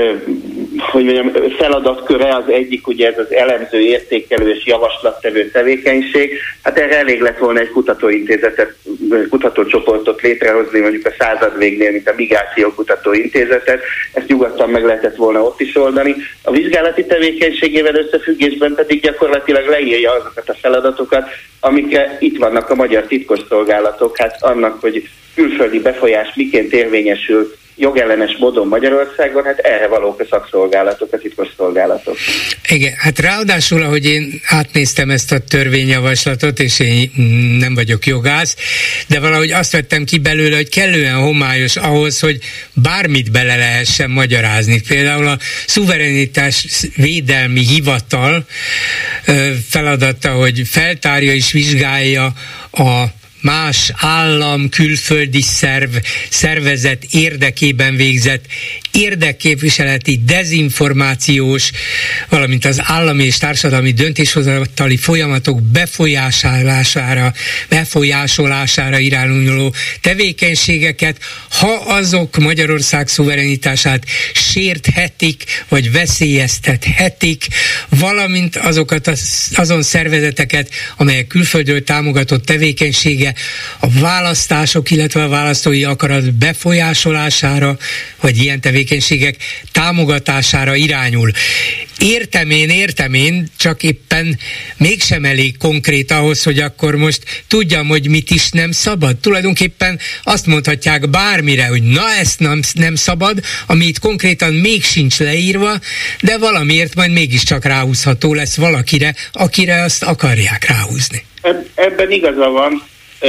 feladatköre, az egyik ugye ez az elemző, értékelő és javaslattevő tevékenység. Hát erre elég lett volna egy kutatócsoportot létrehozni, mondjuk a századvégnél, mint a Migráció Kutatóintézetet, ezt nyugodtan meg lehetett volna ott is oldani. A vizsgálati tevékenységével összefüggésben pedig gyakorlatilag leírja azokat a feladatokat, amikre itt vannak a magyar titkosszolgálatok, hát annak, hogy külföldi befolyás miként érvényesül jogellenes módon Magyarországon, hát erre valók a szakszolgálatok, a titkosszolgálatok. Igen, hát ráadásul, ahogy én átnéztem ezt a törvényjavaslatot, és én nem vagyok jogász, de valahogy azt vettem ki belőle, hogy kellően homályos ahhoz, hogy bármit bele lehessen magyarázni. Például a szuverenitás védelmi hivatal feladata, hogy feltárja és vizsgálja a más állam, külföldi szervezet érdekében végzett érdekképviseleti, dezinformációs, valamint az állami és társadalmi döntéshozatali folyamatok befolyásolására irányuló tevékenységeket, ha azok Magyarország szuverenitását sérthetik, vagy veszélyeztethetik, valamint azokat azon szervezeteket, amelyek külföldről támogatott tevékenysége a választások, illetve a választói akarat befolyásolására, vagy ilyen tevékenységek támogatására irányul. Értem én, csak éppen mégsem elég konkrét ahhoz, hogy akkor most tudjam, hogy mit is nem szabad. Tulajdonképpen azt mondhatják bármire, hogy na ezt nem szabad, ami itt konkrétan még sincs leírva, de valamiért majd mégiscsak ráhúzható lesz valakire, akire azt akarják ráhúzni. Ebben igaza van.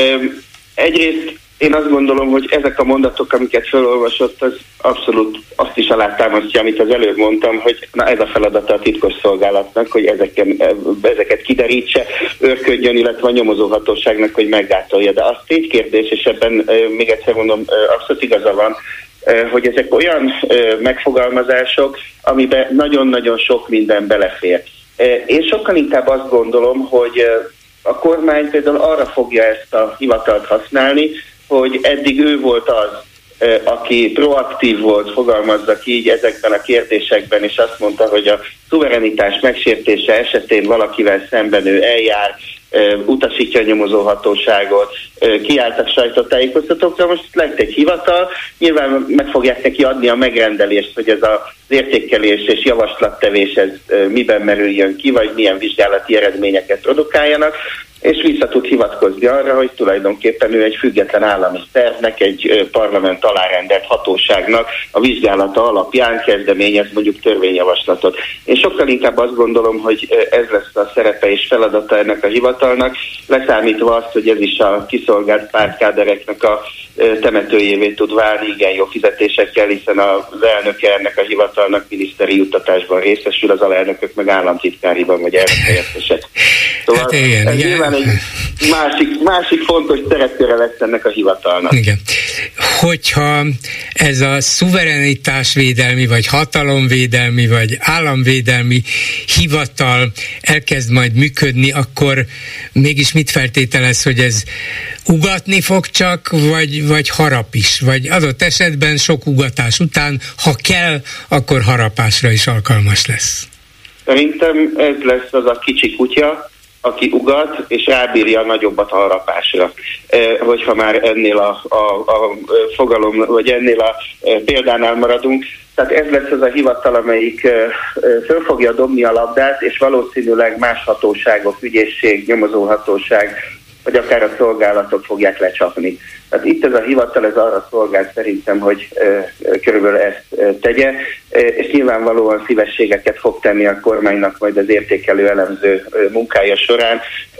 Egyrészt én azt gondolom, hogy ezek a mondatok, amiket felolvasott, az abszolút azt is alátámasztja, amit az előbb mondtam, hogy na ez a feladata a titkosszolgálatnak, hogy ezeket kiderítse, őrködjön, illetve a nyomozóhatóságnak, hogy meggátolja. De az tétkérdés, és ebben még egyszer mondom, abszolút igaza van, hogy ezek olyan megfogalmazások, amiben nagyon-nagyon sok minden belefér. Én sokkal inkább azt gondolom, hogy a kormány például arra fogja ezt a hivatalt használni, hogy eddig ő volt az, aki proaktív volt, fogalmazzak így ezekben a kérdésekben, és azt mondta, hogy a szuverenitás megsértése esetén valakivel szemben ő eljár, utasítja a nyomozóhatóságot, kiálltak sajtótájékoztatókra, most lett egy hivatal, nyilván meg fogják neki adni a megrendelést, hogy ez az értékelés és javaslattevés ez miben merüljön ki, vagy milyen vizsgálati eredményeket produkáljanak, és vissza tud hivatkozni arra, hogy tulajdonképpen ő egy független állami szervnek, egy parlament alárendelt hatóságnak a vizsgálata alapján kezdeményez mondjuk törvényjavaslatot. Én sokkal inkább azt gondolom, hogy ez lesz a szerepe és feladata ennek a hivatalnak, leszámítva azt, hogy ez is a kiszolgált pártkádereknek a temetőjévé tud válni igen jó fizetésekkel, hiszen az elnöke ennek a hivatalnak miniszteri juttatásban részesül, az alelnökök meg államtitkáriban vagy elnökhelyettesek. Szóval hát igen, ez nyilván egy másik fontos szerepköre lesz ennek a hivatalnak. Igen. Hogyha ez a szuverenitásvédelmi, vagy hatalomvédelmi, vagy államvédelmi hivatal elkezd majd működni, akkor mégis mit feltételez, hogy ez ugatni fog csak, vagy harap is? Vagy adott esetben sok ugatás után, ha kell, akkor harapásra is alkalmas lesz? Szerintem ez lesz az a kicsi kutya, aki ugat, és rábírja a nagyobbat a harapásra. Hogyha már ennél a fogalom, vagy ennél a példánál maradunk. Tehát ez lesz az a hivatal, amelyik föl fogja dobni a labdát, és valószínűleg más hatóságok, ügyészség, nyomozóhatóság, vagy akár a szolgálatok fogják lecsapni. Tehát itt ez a hivatal, ez arra szolgál szerintem, hogy körülbelül ezt tegye, és nyilvánvalóan szívességeket fog tenni a kormánynak majd az értékelő elemző munkája során,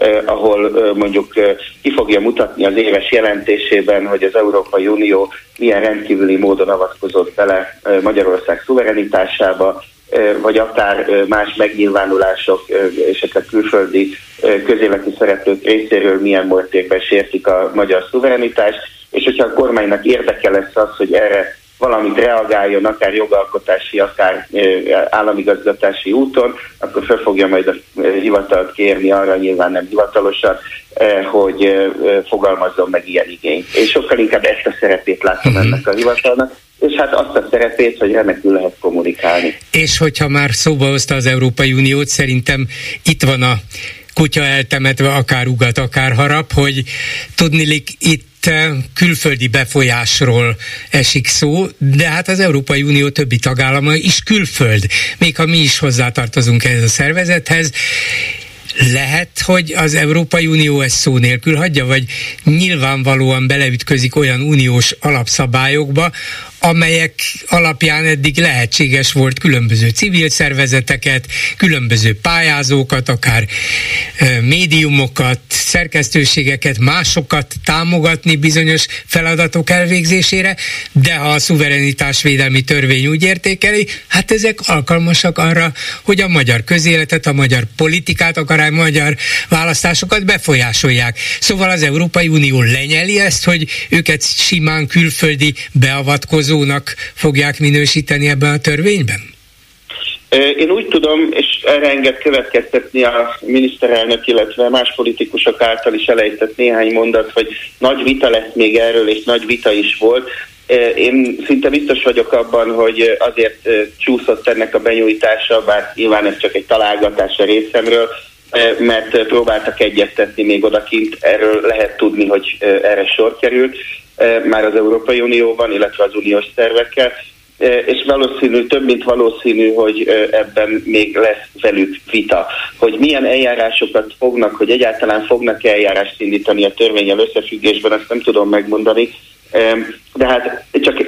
ahol mondjuk ki fogja mutatni az éves jelentésében, hogy az Európai Unió milyen rendkívüli módon avatkozott bele Magyarország szuverenitásába, vagy akár más megnyilvánulások, esetleg külföldi közéleti szereplők részéről milyen mértékben sértik a magyar szuverenitást, és hogyha a kormánynak érdeke lesz az, hogy erre valamit reagáljon, akár jogalkotási, akár államigazgatási úton, akkor fel fogja majd a hivatalt kérni arra, nyilván nem hivatalosan, hogy fogalmazzon meg ilyen igényt. Én sokkal inkább ezt a szerepét látom ennek a hivatalnak, és hát azt a szerepét, hogy remekül lehet kommunikálni. És hogyha már szóba hozta az Európai Uniót, szerintem itt van a kutya eltemetve, akár ugat, akár harap, hogy tudniillik itt külföldi befolyásról esik szó, de hát az Európai Unió többi tagállama is külföld, még ha mi is hozzátartozunk ehhez a szervezethez. Lehet, hogy az Európai Unió ezt szó nélkül hagyja, vagy nyilvánvalóan beleütközik olyan uniós alapszabályokba, amelyek alapján eddig lehetséges volt különböző civil szervezeteket, különböző pályázókat, akár médiumokat, szerkesztőségeket, másokat támogatni bizonyos feladatok elvégzésére, de ha a szuverenitásvédelmi törvény úgy értékeli, hát ezek alkalmasak arra, hogy a magyar közéletet, a magyar politikát, akár a magyar választásokat befolyásolják. Szóval az Európai Unió lenyeli ezt, hogy őket simán külföldi beavatkozónak fogják minősíteni ebben a törvényben? Én úgy tudom, és erre enged következtetni a miniszterelnök, illetve más politikusok által is elejtett néhány mondat, hogy nagy vita lett még erről, és nagy vita is volt. Én szinte biztos vagyok abban, hogy azért csúszott ennek a benyújtása, bár nyilván ez csak egy találgatás a részemről, mert próbáltak egyeztetni még odakint, erről lehet tudni, hogy erre sor került már az Európai Unióban, illetve az uniós szervekkel, és valószínű, több mint valószínű, hogy ebben még lesz velük vita. Hogy milyen eljárásokat fognak, hogy egyáltalán fognak eljárást indítani a törvénnyel összefüggésben, azt nem tudom megmondani, de hát csak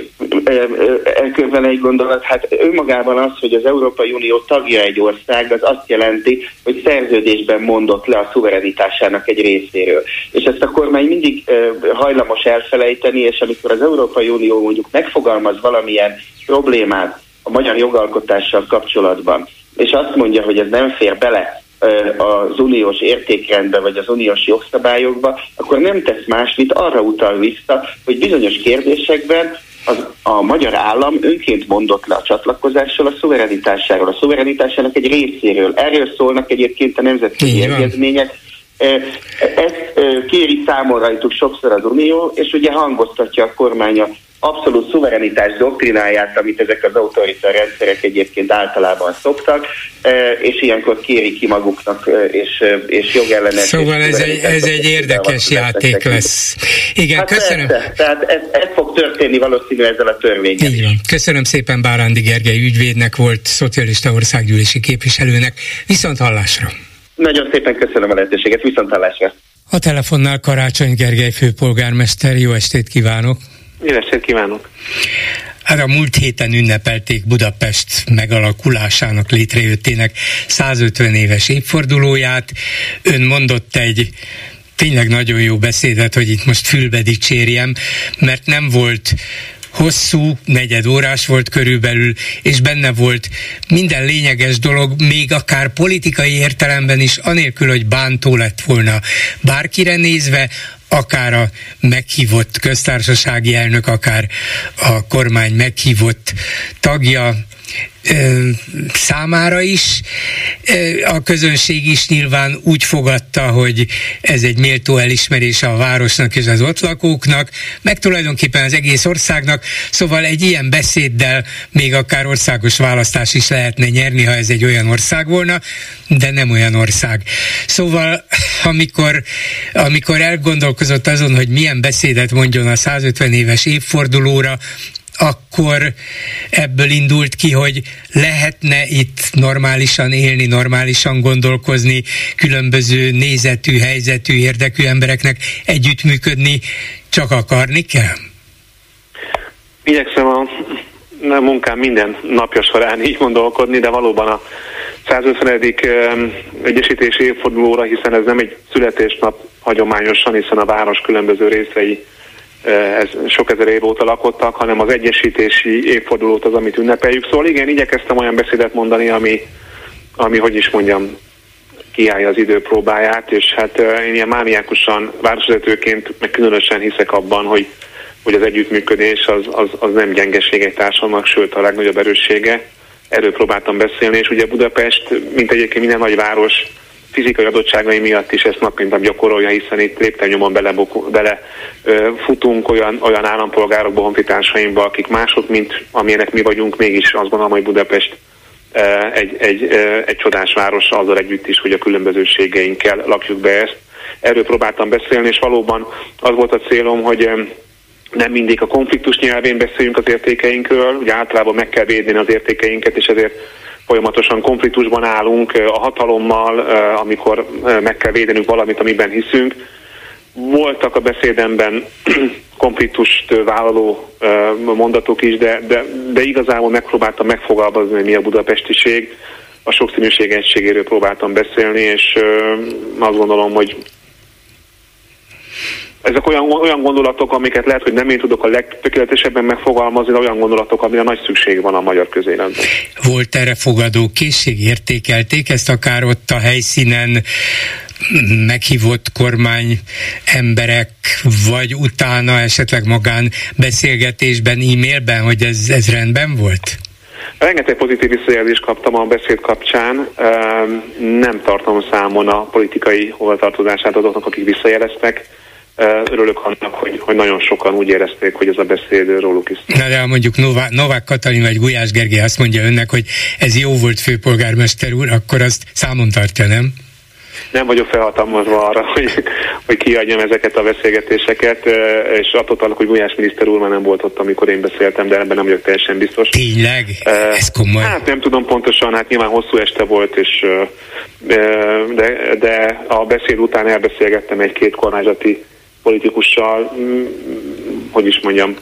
elkövben egy gondolat, hát önmagában az, hogy az Európai Unió tagja egy ország, az azt jelenti, hogy szerződésben mondott le a szuverenitásának egy részéről. És ezt a kormány mindig hajlamos elfelejteni, és amikor az Európai Unió mondjuk megfogalmaz valamilyen problémát a magyar jogalkotással kapcsolatban, és azt mondja, hogy ez nem fér bele az uniós értékrendbe, vagy az uniós jogszabályokba, akkor nem tesz más, mint arra utal vissza, hogy bizonyos kérdésekben a magyar állam önként mondott le a csatlakozásról a szuverenitásáról, a szuverenitásának egy részéről. Erről szólnak egyébként a nemzetközi egyezmények. Ezt kéri számon rajtuk sokszor az Unió, és ugye hangoztatja a kormánya abszolút szuverenitás doktrináját, amit ezek az autoriter rendszerek egyébként általában szoktak, és ilyenkor kéri ki maguknak, és jogellenes. Szóval ez egy érdekes játék lesz. Igen, hát köszönöm. Tehát ez fog történni valószínű ezzel a törvényel. Így van. Köszönöm szépen, Bárándi Gergely ügyvédnek volt, szocialista országgyűlési képviselőnek. Viszont hallásra. Nagyon szépen köszönöm a lehetőséget, viszont hallásra. A telefonnál Karácsony Gergely főpolgármester, jó estét kívánok! Jó estét kívánok! Hát a múlt héten ünnepelték Budapest megalakulásának, létrejöttének 150 éves évfordulóját. Ön mondott egy tényleg nagyon jó beszédet, hogy itt most fülbe dicsérjem, mert nem volt hosszú, negyedórás volt körülbelül, és benne volt minden lényeges dolog, még akár politikai értelemben is, anélkül, hogy bántó lett volna bárkire nézve, akár a meghívott köztársasági elnök, akár a kormány meghívott tagja számára is. A közönség is nyilván úgy fogadta, hogy ez egy méltó elismerése a városnak és az ott lakóknak, meg tulajdonképpen az egész országnak, szóval egy ilyen beszéddel még akár országos választás is lehetne nyerni, ha ez egy olyan ország volna, de nem olyan ország. Szóval amikor elgondolkozott azon, hogy milyen beszédet mondjon a 150 éves évfordulóra, akkor ebből indult ki, hogy lehetne itt normálisan élni, normálisan gondolkozni, különböző nézetű, helyzetű, érdekű embereknek együttműködni, csak akarni kell? Igyekszem a munkám minden napja során így gondolkodni, de valóban a 150. egyesítési évfordulóra, hiszen ez nem egy születésnap hagyományosan, hiszen a város különböző részei ez sok ezer év óta lakottak, hanem az egyesítési évfordulót az, amit ünnepeljük. Szóval igen, igyekeztem olyan beszédet mondani, ami hogy is mondjam, kiállja az idő próbáját, és hát én ilyen mániákusan városvezetőként meg különösen hiszek abban, hogy hogy az együttműködés az nem gyengeség egy társadalomnak, sőt a legnagyobb erőssége. Erről próbáltam beszélni, és ugye Budapest, mint egyébként minden nagyváros, fizikai adottságai miatt is ezt nap mint nap gyakorolja, hiszen itt lépten-nyomon bele futunk olyan állampolgárokba, honfitársaimba, akik mások, mint amilyenek mi vagyunk, mégis azt gondolom, hogy Budapest egy csodás város azzal együtt is, hogy a különbözőségeinkkel lakjuk be ezt. Erről próbáltam beszélni, és valóban az volt a célom, hogy nem mindig a konfliktus nyelvén beszéljünk az értékeinkről, ugye általában meg kell védeni az értékeinket, és ezért folyamatosan konfliktusban állunk a hatalommal, amikor meg kell védenünk valamit, amiben hiszünk. Voltak a beszédemben konfliktust vállaló mondatok is, de igazából megpróbáltam megfogalmazni, hogy mi a budapestiség. A sokszínűség egységéről próbáltam beszélni, és azt gondolom, hogy ezek olyan gondolatok, amiket lehet, hogy nem én tudok a legtökéletesebben megfogalmazni, de olyan gondolatok, amire nagy szükség van a magyar közéletben. Volt erre fogadó készség, értékelték ezt akár ott a helyszínen meghívott kormány emberek, vagy utána esetleg magán beszélgetésben, e-mailben, hogy ez rendben volt? Rengeteg pozitív visszajelzést kaptam a beszéd kapcsán. Nem tartom számon a politikai hovatartozását azoknak, akik visszajeleztek. Örülök annak, hogy nagyon sokan úgy érezték, hogy ez a beszéd róluk is. Na de mondjuk Novák Katalin vagy Gulyás Gergely azt mondja önnek, hogy ez jó volt, főpolgármester úr, akkor azt számon tartja, nem? Nem vagyok felhatalmazva arra, hogy kiadjam ezeket a beszélgetéseket, és attól tartok, hogy Gulyás miniszter úr már nem volt ott, amikor én beszéltem, de ebben nem vagyok teljesen biztos. Tényleg? Ez komoly. Hát nem tudom pontosan, hát nyilván hosszú este volt, és de a beszéd után elbeszélgettem egy-két kormányzati politikussal, hogy is mondjam,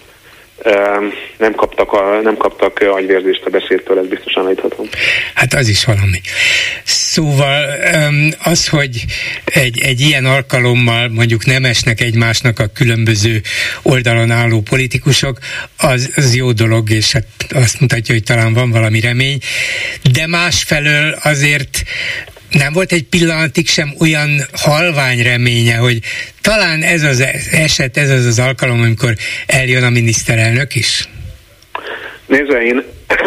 nem kaptak agyvérzést a beszédtől, ez biztosan állíthatom. Hát az is valami. Szóval az, hogy egy ilyen alkalommal mondjuk nem esnek egymásnak a különböző oldalon álló politikusok, az jó dolog, és hát azt mutatja, hogy talán van valami remény, de másfelől azért nem volt egy pillanatig sem olyan halvány reménye, hogy talán ez az eset, ez az alkalom, amikor eljön a miniszterelnök is? Nézze, én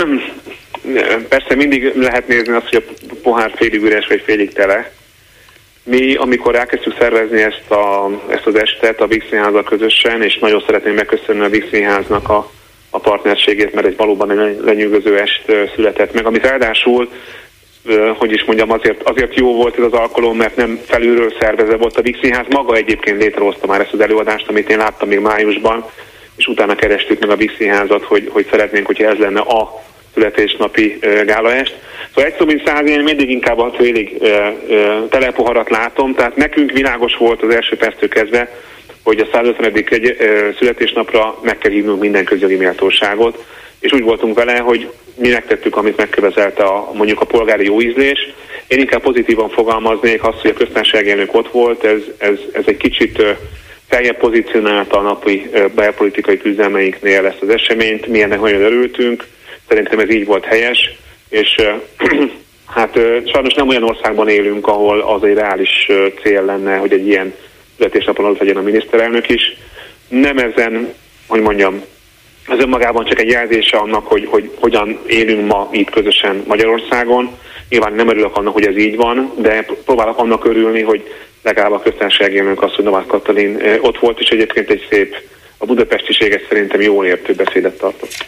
persze mindig lehet nézni azt, hogy a pohár félig üres vagy félig tele. Mi, amikor elkezdtük szervezni ezt az estet a Víg Színházzal közösen, és nagyon szeretném megköszönni a Víg Színháznak a partnerségét, mert egy valóban egy lenyűgöző est született meg, amit ráadásul hogy is mondjam, azért jó volt ez az alkalom, mert nem felülről szervezve volt a Víg Színház. Maga egyébként létrehozta már ezt az előadást, amit én láttam még májusban, és utána kerestük meg a Víg Színházat, hogy szeretnénk, hogyha ez lenne a születésnapi gálaest. Szóval egy szó mint száz, én mindig inkább a félig tele poharat látom, tehát nekünk világos volt az első perctől kezdve, hogy a 150. Születésnapra meg kell hívnunk minden közjogi méltóságot, és úgy voltunk vele, hogy mi megtettük, amit megkövezelte mondjuk a polgári jóízlés. Én inkább pozitívan fogalmaznék azt, hogy a köztársasági elnök ott volt, ez egy kicsit feljebb pozícionálta a napi belpolitikai küzdelmeinknél ezt az eseményt, mi ennek nagyon örültünk, szerintem ez így volt helyes, és hát sajnos nem olyan országban élünk, ahol az egy reális cél lenne, hogy egy ilyen születésnapon ott legyen a miniszterelnök is. Nem ezen, hogy mondjam, ez önmagában csak egy jelzése annak, hogy hogyan élünk ma itt közösen Magyarországon. Nyilván nem örülök annak, hogy ez így van, de próbálok annak örülni, hogy legalább a köztársasági elnök azt, hogy Novák Katalin ott volt, és egyébként egy szép, a budapestiséget szerintem jól értő beszédet tartott.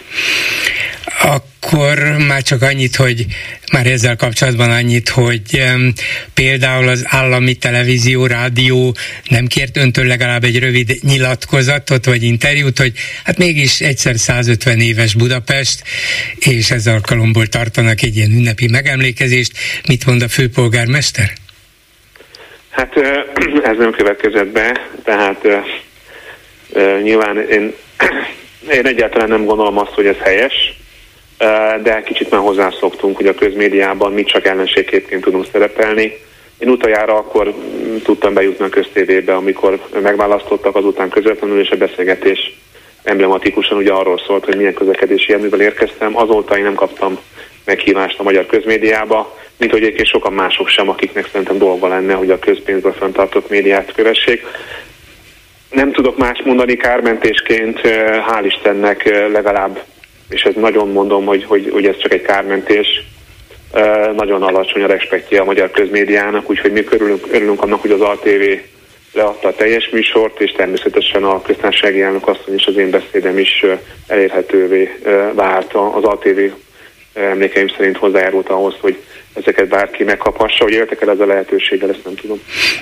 Akkor már csak annyit, hogy már ezzel kapcsolatban annyit, hogy például az állami televízió, rádió nem kért öntől legalább egy rövid nyilatkozatot, vagy interjút, hogy hát mégis egyszer 150 éves Budapest, és ez alkalomból tartanak egy ilyen ünnepi megemlékezést. Mit mond a főpolgármester? Hát ez nem következett be, tehát nyilván én egyáltalán nem gondolom azt, hogy ez helyes, de kicsit már hozzászoktunk, hogy a közmédiában mi csak ellenségképként tudunk szerepelni. Én utoljára akkor tudtam bejutni a köztévébe, amikor megválasztottak, azután közvetlenül, és a beszélgetés emblematikusan ugye arról szólt, hogy milyen közlekedési járművel érkeztem. Azóta én nem kaptam meghívást a magyar közmédiába, mint hogy egyébként sokan mások sem, akiknek szerintem dolga lenne, hogy a közpénzből fenntartott médiát kövessék. Nem tudok más mondani kármentésként, hál' Istennek legalább, és ez nagyon mondom, hogy ez csak egy kármentés, nagyon alacsony a respektje a magyar közmédiának, úgyhogy mi örülünk annak, hogy az ATV leadta a teljes műsort, és természetesen a köztársasági elnök asszony és az én beszédem is elérhetővé vált. Az ATV emlékeim szerint hozzájárult ahhoz, hogy ezeket bárki megkaphassa, hogy éltek el ez a lehetőséggel, ezt nem tudom.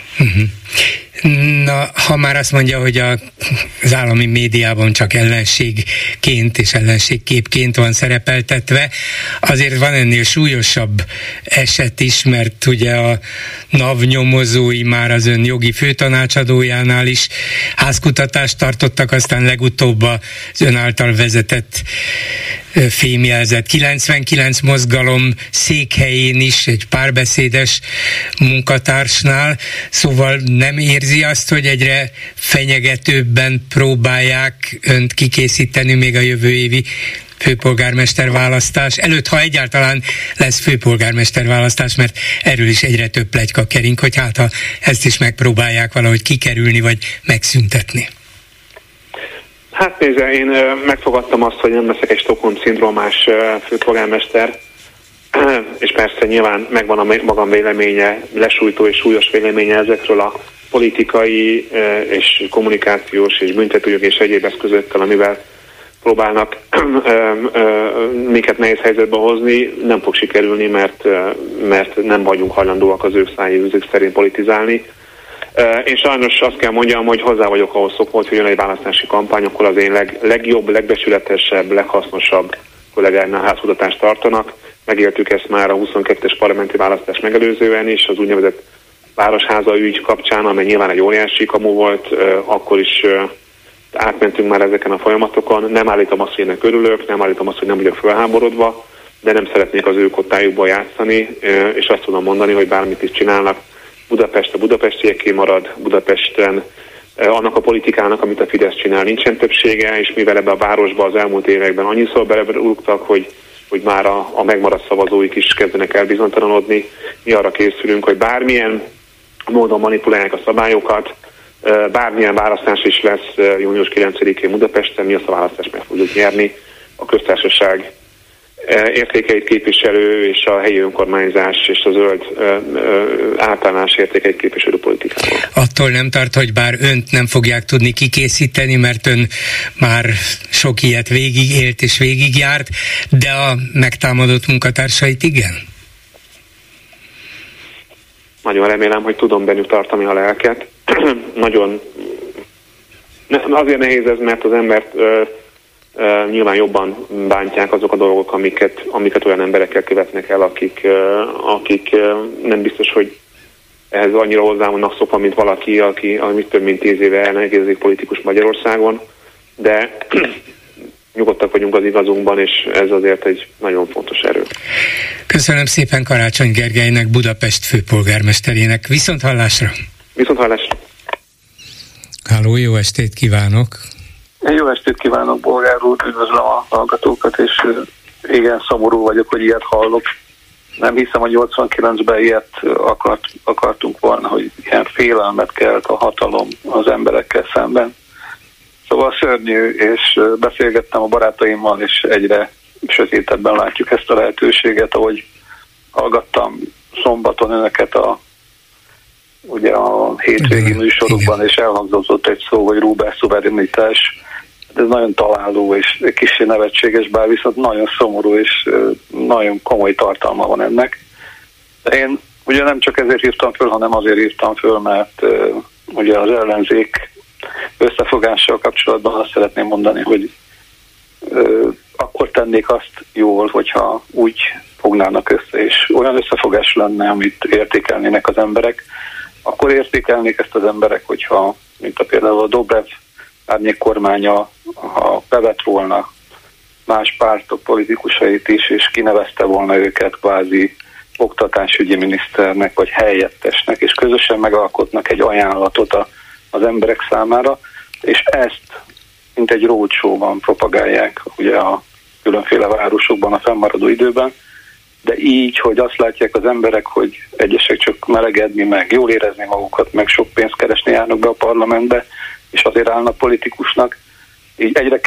Na, ha már azt mondja, hogy az állami médiában csak ellenségként és ellenségképként van szerepeltetve, azért van ennél súlyosabb eset is, mert ugye a NAV nyomozói már az ön jogi főtanácsadójánál is házkutatást tartottak, aztán legutóbb az ön által vezetett fémjelzett 99 mozgalom székhelyén is egy párbeszédes munkatársnál, szóval nem érzi azt, hogy egyre fenyegetőbben próbálják önt kikészíteni még a jövő évi főpolgármester választás előtt, ha egyáltalán lesz főpolgármester választás, mert erről is egyre több pletyka kering, hogy hát ha ezt is megpróbálják valahogy kikerülni, vagy megszüntetni. Hát nézze, én megfogadtam azt, hogy nem leszek egy Stockholm-szindrómás főpolgármester, és persze nyilván megvan a magam véleménye, lesújtó és súlyos véleménye ezekről a politikai és kommunikációs és büntetőjog és egyéb eszközökkel, amivel próbálnak minket nehéz helyzetbe hozni, nem fog sikerülni, mert nem vagyunk hajlandóak az ő szájézők szerint politizálni. Én sajnos azt kell mondjam, hogy hozzá vagyok ahhoz szokott, hogy jön egy választási kampány, akkor az én legjobb, legbecsületesebb, leghasznosabb kollégáimnál házkutatást tartanak. Megéltük ezt már a 22-es parlamenti választás megelőzően is, az úgynevezett Városháza ügy kapcsán, amely nyilván egy óriási kamu volt, akkor is átmentünk már ezeken a folyamatokon. Nem állítom azt, hogy ennek örülök, nem állítom azt, hogy nem vagyok felháborodva, de nem szeretnék az ő kottájukból játszani, és azt tudom mondani, hogy bármit is csinálnak, Budapest a budapestieké marad, Budapesten annak a politikának, amit a Fidesz csinál, nincsen többsége, és mivel ebbe a városba az elmúlt években annyiszor belerúgtak, hogy már a megmaradt szavazóik is kezdenek elbizonytalanodni. Mi arra készülünk, hogy bármilyen módon manipulálják a szabályokat, bármilyen választás is lesz június 9-én Budapesten, mi azt a választást meg fogjuk nyerni. A köztársaság értékeit képviselő és a helyi önkormányzás és a zöld általános értékeit képviselő politikával. Attól nem tart, hogy bár önt nem fogják tudni kikészíteni, mert ön már sok ilyet végigélt és végigjárt, de a megtámadott munkatársait igen? Nagyon remélem, hogy tudom bennük tartani a lelket. Nagyon azért nehéz ez, mert az embert nyilván jobban bántják azok a dolgok, amiket olyan emberekkel követnek el, akik nem biztos, hogy ehhez annyira hozzá vannak szokva, mint valaki, ami több mint 10 éve elnegyezik politikus Magyarországon, de nyugodtak vagyunk az igazunkban, és ez azért egy nagyon fontos erő. Köszönöm szépen Karácsony Gergelynek, Budapest főpolgármesterének. Viszonthallásra! Viszonthallásra! Halló, jó estét kívánok! Jó estét kívánok, bolgár úr, üdvözlöm a hallgatókat, és igen, szomorú vagyok, hogy ilyet hallok. Nem hiszem, hogy 89-ben ilyet akartunk volna, hogy ilyen félelmet kelt a hatalom az emberekkel szemben. Szóval szörnyű, és beszélgettem a barátaimmal, és egyre sötétebben látjuk ezt a lehetőséget, ahogy hallgattam szombaton önöket ugye a hétvégi műsorokban, és elhangzott egy szó, hogy Rubel szuverenitás. Ez nagyon találó és kicsi nevetséges, bár viszont nagyon szomorú és nagyon komoly tartalma van ennek. De én ugye nem csak ezért hívtam föl, hanem azért hívtam föl, mert ugye az ellenzék összefogással kapcsolatban azt szeretném mondani, hogy akkor tennék azt jól, hogyha úgy fognának össze, és olyan összefogás lenne, amit értékelnének az emberek, akkor értékelnék ezt az emberek, hogyha, mint például a Dobrev árnyék kormánya, ha bevett volna más pártok politikusait is, és kinevezte volna őket kvázi oktatásügyi miniszternek, vagy helyettesnek, és közösen megalkotnak egy ajánlatot az emberek számára, és ezt, mint egy roadshow-ban propagálják ugye a különféle városokban a fennmaradó időben, de így, hogy azt látják az emberek, hogy egyesek csak melegedni, meg jól érezni magukat, meg sok pénzt keresni járnak be a parlamentbe, és azért állnak politikusnak, így egyre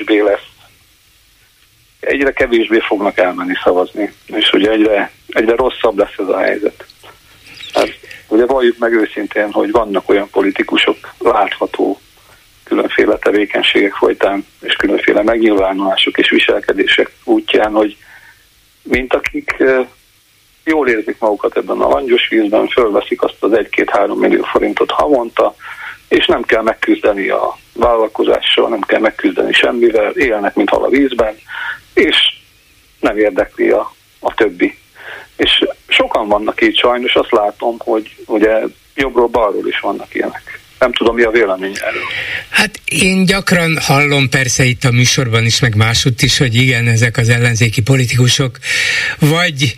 kevésbé fognak elmenni szavazni, és ugye egyre rosszabb lesz ez a helyzet. Hát, ugye valljuk meg őszintén, hogy vannak olyan politikusok, látható különféle tevékenységek folytán, és különféle megnyilvánulások és viselkedések útján, hogy mint akik jól érzik magukat ebben a langyos vízben, fölveszik azt az 1-2-3 millió forintot havonta, és nem kell megküzdeni a vállalkozással, nem kell megküzdeni semmivel, élnek, mint hal a vízben, és nem érdekli a többi. És sokan vannak így sajnos, azt látom, hogy ugye jobbról-balról is vannak ilyenek. Nem tudom, mi a vélemény erről. Hát én gyakran hallom persze itt a műsorban is, meg másutt is, hogy igen, ezek az ellenzéki politikusok vagy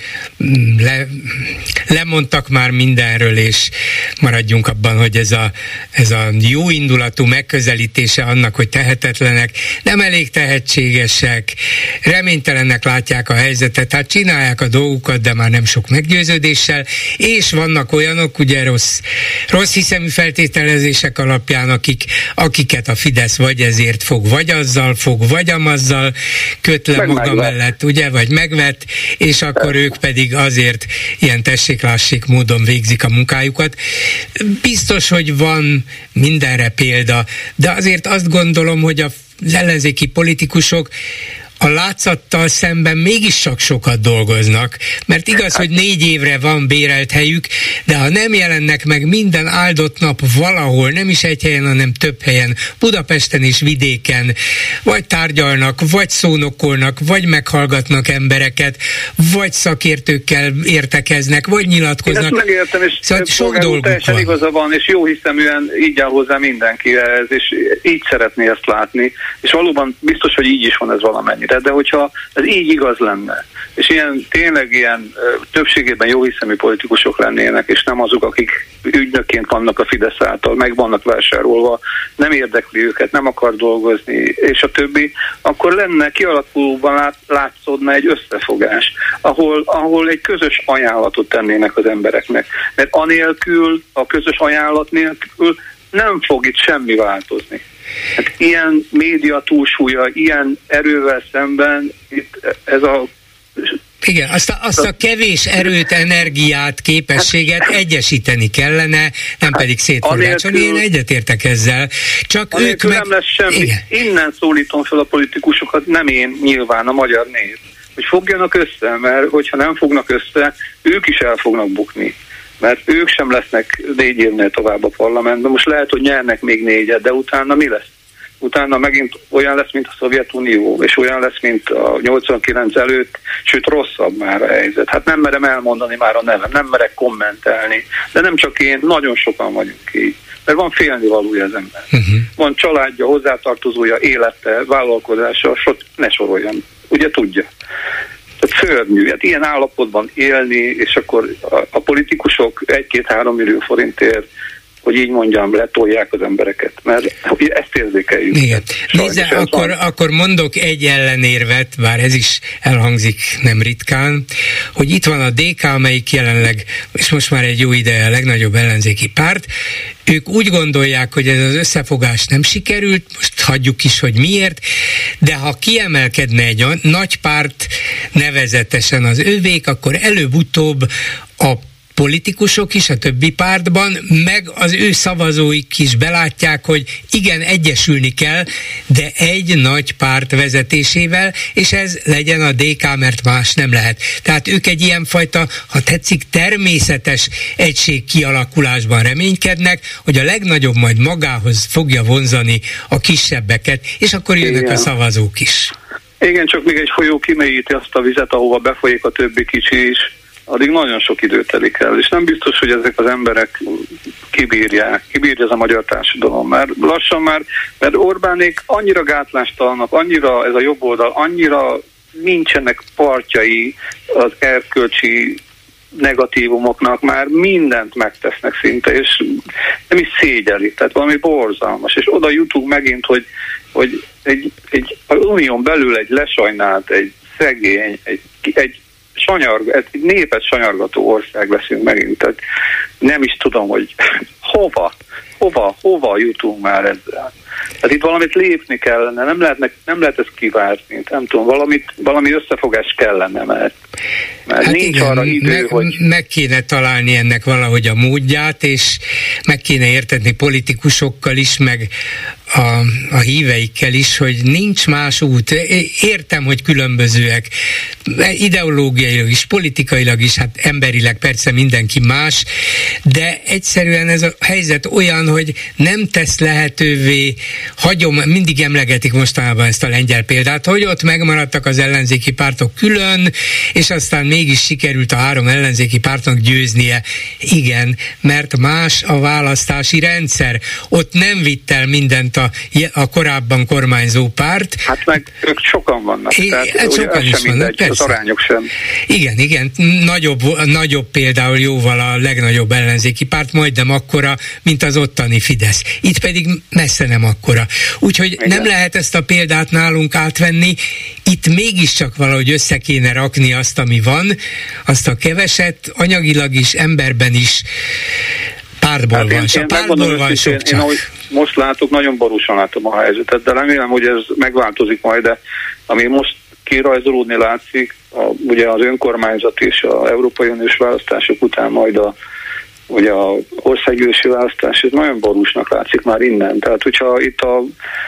lemondtak már mindenről, és maradjunk abban, hogy ez a jó indulatú megközelítése annak, hogy tehetetlenek, nem elég tehetségesek, reménytelennek látják a helyzetet, hát csinálják a dolgukat, de már nem sok meggyőződéssel, és vannak olyanok, ugye rossz hiszemű feltételezések alapján, akiket a Fidesz vagy ezért fog, vagy azzal fog, vagy amazzal köt le maga mellett, ugye, vagy megvet, és akkor ők pedig azért ilyen tessék-lássék módon végzik a munkájukat. Biztos, hogy van mindenre példa, de azért azt gondolom, hogy az ellenzéki politikusok a látszattal szemben mégis csak sokat dolgoznak, mert igaz, hogy 4 évre van bérelt helyük, de ha nem jelennek meg minden áldott nap valahol, nem is egy helyen, hanem több helyen, Budapesten és vidéken, vagy tárgyalnak, vagy szónokolnak, vagy meghallgatnak embereket, vagy szakértőkkel értekeznek, vagy nyilatkoznak. Én ezt megértem, és szóval sok dolguk teljesen igaza van, és jó hiszeműen így áll hozzá mindenkihez, és így szeretné ezt látni, és valóban biztos, hogy így is van ez valamennyi. De hogyha ez így igaz lenne, és tényleg ilyen többségében jóhiszemű politikusok lennének, és nem azok, akik ügynökként vannak a Fidesz által, meg vannak vásárolva, nem érdekli őket, nem akar dolgozni, és a többi, akkor lenne, kialakulóban látszódna egy összefogás, ahol egy közös ajánlatot tennének az embereknek. Mert anélkül, a közös ajánlat nélkül nem fog itt semmi változni. Hát ilyen média túlsúlya, ilyen erővel szemben itt ez a... Igen, azt a kevés erőt, energiát, képességet egyesíteni kellene, nem pedig szétforgácsolni. Én egyetértek ezzel. Csak ők meg... nem lesz semmi. Igen. Innen szólítom fel a politikusokat, nem én, nyilván a magyar nép, hogy fogjanak össze, mert hogyha nem fognak össze, ők is el fognak bukni. Mert ők sem lesznek 4 évnél tovább a parlamentben. Most lehet, hogy nyernek még 4-et, de utána mi lesz? Utána megint olyan lesz, mint a Szovjetunió, és olyan lesz, mint a 89 előtt, sőt rosszabb már a helyzet. Hát nem merem elmondani már a nevem, nem merek kommentelni, de nem csak én, nagyon sokan vagyunk így. Mert van félnivalója az ember. Van családja, hozzátartozója, élete, vállalkozása, ne soroljon. Ugye tudja. Tehát szörnyű, hát ilyen állapotban élni, és akkor a politikusok 1-2-3 millió forintért, hogy így mondjam, letolják az embereket, mert ezt érzékeljük. Igen. Nézze, akkor mondok egy ellenérvet, bár ez is elhangzik nem ritkán, hogy itt van a DK, amelyik jelenleg, és most már egy jó ideje a legnagyobb ellenzéki párt, ők úgy gondolják, hogy ez az összefogás nem sikerült, most hagyjuk is, hogy miért, de ha kiemelkedne egy nagy párt, nevezetesen az övék, akkor előbb-utóbb a politikusok is a többi pártban, meg az ő szavazóik is belátják, hogy igen, egyesülni kell, de egy nagy párt vezetésével, és ez legyen a DK, mert más nem lehet. Tehát ők egy ilyenfajta, ha tetszik, természetes egység kialakulásban reménykednek, hogy a legnagyobb majd magához fogja vonzani a kisebbeket, és akkor jönnek igen. A szavazók is. Igen, csak még egy folyó kimélyíti azt a vizet, ahova befolyik a többi kicsi is, addig nagyon sok idő telik el, és nem biztos, hogy ezek az emberek kibírja ez a magyar társadalom, mert lassan már, mert Orbánék annyira gátlástalanok, annyira ez a jobb oldal, annyira nincsenek partjai az erkölcsi negatívumoknak, már mindent megtesznek szinte, és nem is szégyeli, tehát valami borzalmas, és oda jutunk megint, hogy egy unión belül egy lesajnált, egy szegény, egy népet sanyargató ország leszünk megint. Tehát nem is tudom, hogy hova. hova jutunk már ezzel? Tehát itt valamit lépni kellene, nem lehet ezt kivárni, nem tudom, valami összefogás kellene, mert hát nincs igen, arra idő, hogy... Meg kéne találni ennek valahogy a módját, és meg kéne értetni politikusokkal is, meg a híveikkel is, hogy nincs más út. Értem, hogy különbözőek, ideológiailag is, politikailag is, hát emberileg persze mindenki más, de egyszerűen ez a helyzet olyan, hogy nem tesz lehetővé, mindig emlegetik mostanában ezt a lengyel példát, hogy ott megmaradtak az ellenzéki pártok külön, és aztán mégis sikerült a 3 ellenzéki pártnak győznie. Igen, mert más a választási rendszer. Ott nem vitt el mindent a korábban kormányzó párt. Hát meg ők sokan vannak. Tehát sokan is vannak, persze. Az arányok sem. Igen. Nagyobb például jóval a legnagyobb ellenzéki párt, majdnem akkora, mint az ottani Fidesz. Itt pedig messze nem akkora. Úgyhogy igen, nem lehet ezt a példát nálunk átvenni. Itt mégiscsak valahogy össze kéne rakni azt, ami van, azt a keveset, anyagilag is, emberben is. Pártból van sok csak. Én most látok, nagyon borúsan látom a helyzetet, de remélem, hogy ez megváltozik majd, de ami most kirajzolódni látszik, ugye az önkormányzat és az Európai Uniós választások után majd ugye a országgyűlési választás, ez nagyon borúsnak látszik már innen. Tehát, hogyha itt a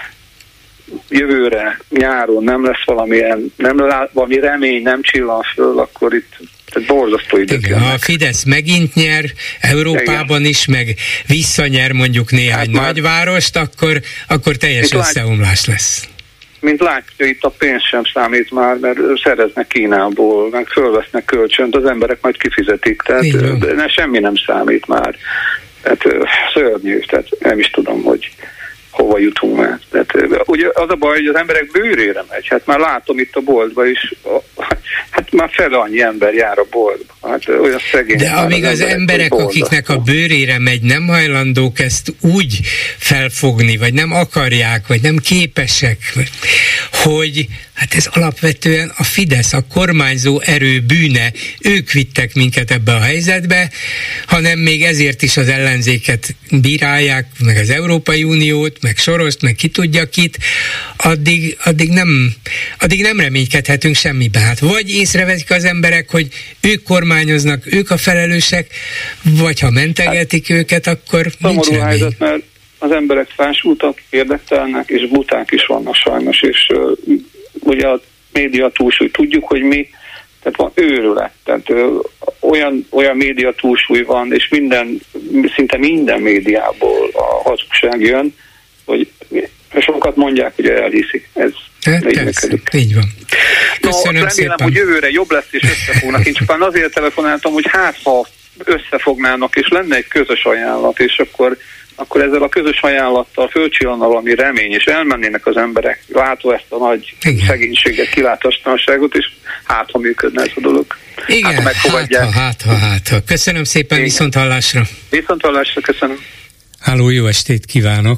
jövőre, nyáron nem lesz valami remény, nem csillan föl, akkor itt borzasztó idők. Igen, ha a Fidesz megint nyer, Európában is, meg visszanyer mondjuk néhány nagyvárost, akkor teljes összeomlás lesz. Mint látja, itt a pénz sem számít már, mert szereznek Kínából, meg fölvesznek kölcsönt, az emberek majd kifizetik, tehát semmi nem számít már. Tehát szörnyű, tehát nem is tudom, hogy hova jutunk már. Tehát, ugye az a baj, hogy az emberek bőrére megy. Hát már látom itt a boltba is, hát már fele annyi ember jár a boltba. Hát olyan szegény. De amíg az emberek, akiknek a bőrére megy, nem hajlandók ezt úgy felfogni, vagy nem akarják, vagy nem képesek, hogy hát ez alapvetően a Fidesz, a kormányzó erő bűne. Ők vittek minket ebbe a helyzetbe, hanem még ezért is az ellenzéket bírálják, meg az Európai Uniót, meg Sorost, meg ki tudja kit, addig nem reménykedhetünk semmiben. Hát vagy észreveszik az emberek, hogy ők kormányoznak, ők a felelősek, vagy ha mentegetik őket, akkor nincs remény. Helyzet, mert az emberek fásultak, érdektelnek, és buták is vannak sajnos, és ugye a média túlsúly, tudjuk, hogy mi, tehát van őrület, tehát olyan média túlsúly van, és szinte minden médiából a hazugság jön, hogy sokat mondják, hogy elhiszik. Ez így van. Köszönöm remélem, szépen. Hogy jövőre jobb lesz és összefognak. Én csupán azért telefonáltam, hogy ha összefognának, és lenne egy közös ajánlat, és akkor ezzel a közös ajánlattal fölcsillanna valami remény, és elmennének az emberek, látva ezt a nagy szegénységet, kilátástalanságot, és ha működne ez a dolog. Igen, hát ha. Köszönöm szépen, igen. Viszonthallásra. Viszonthallásra, köszönöm. Halló, jó estét kívánok.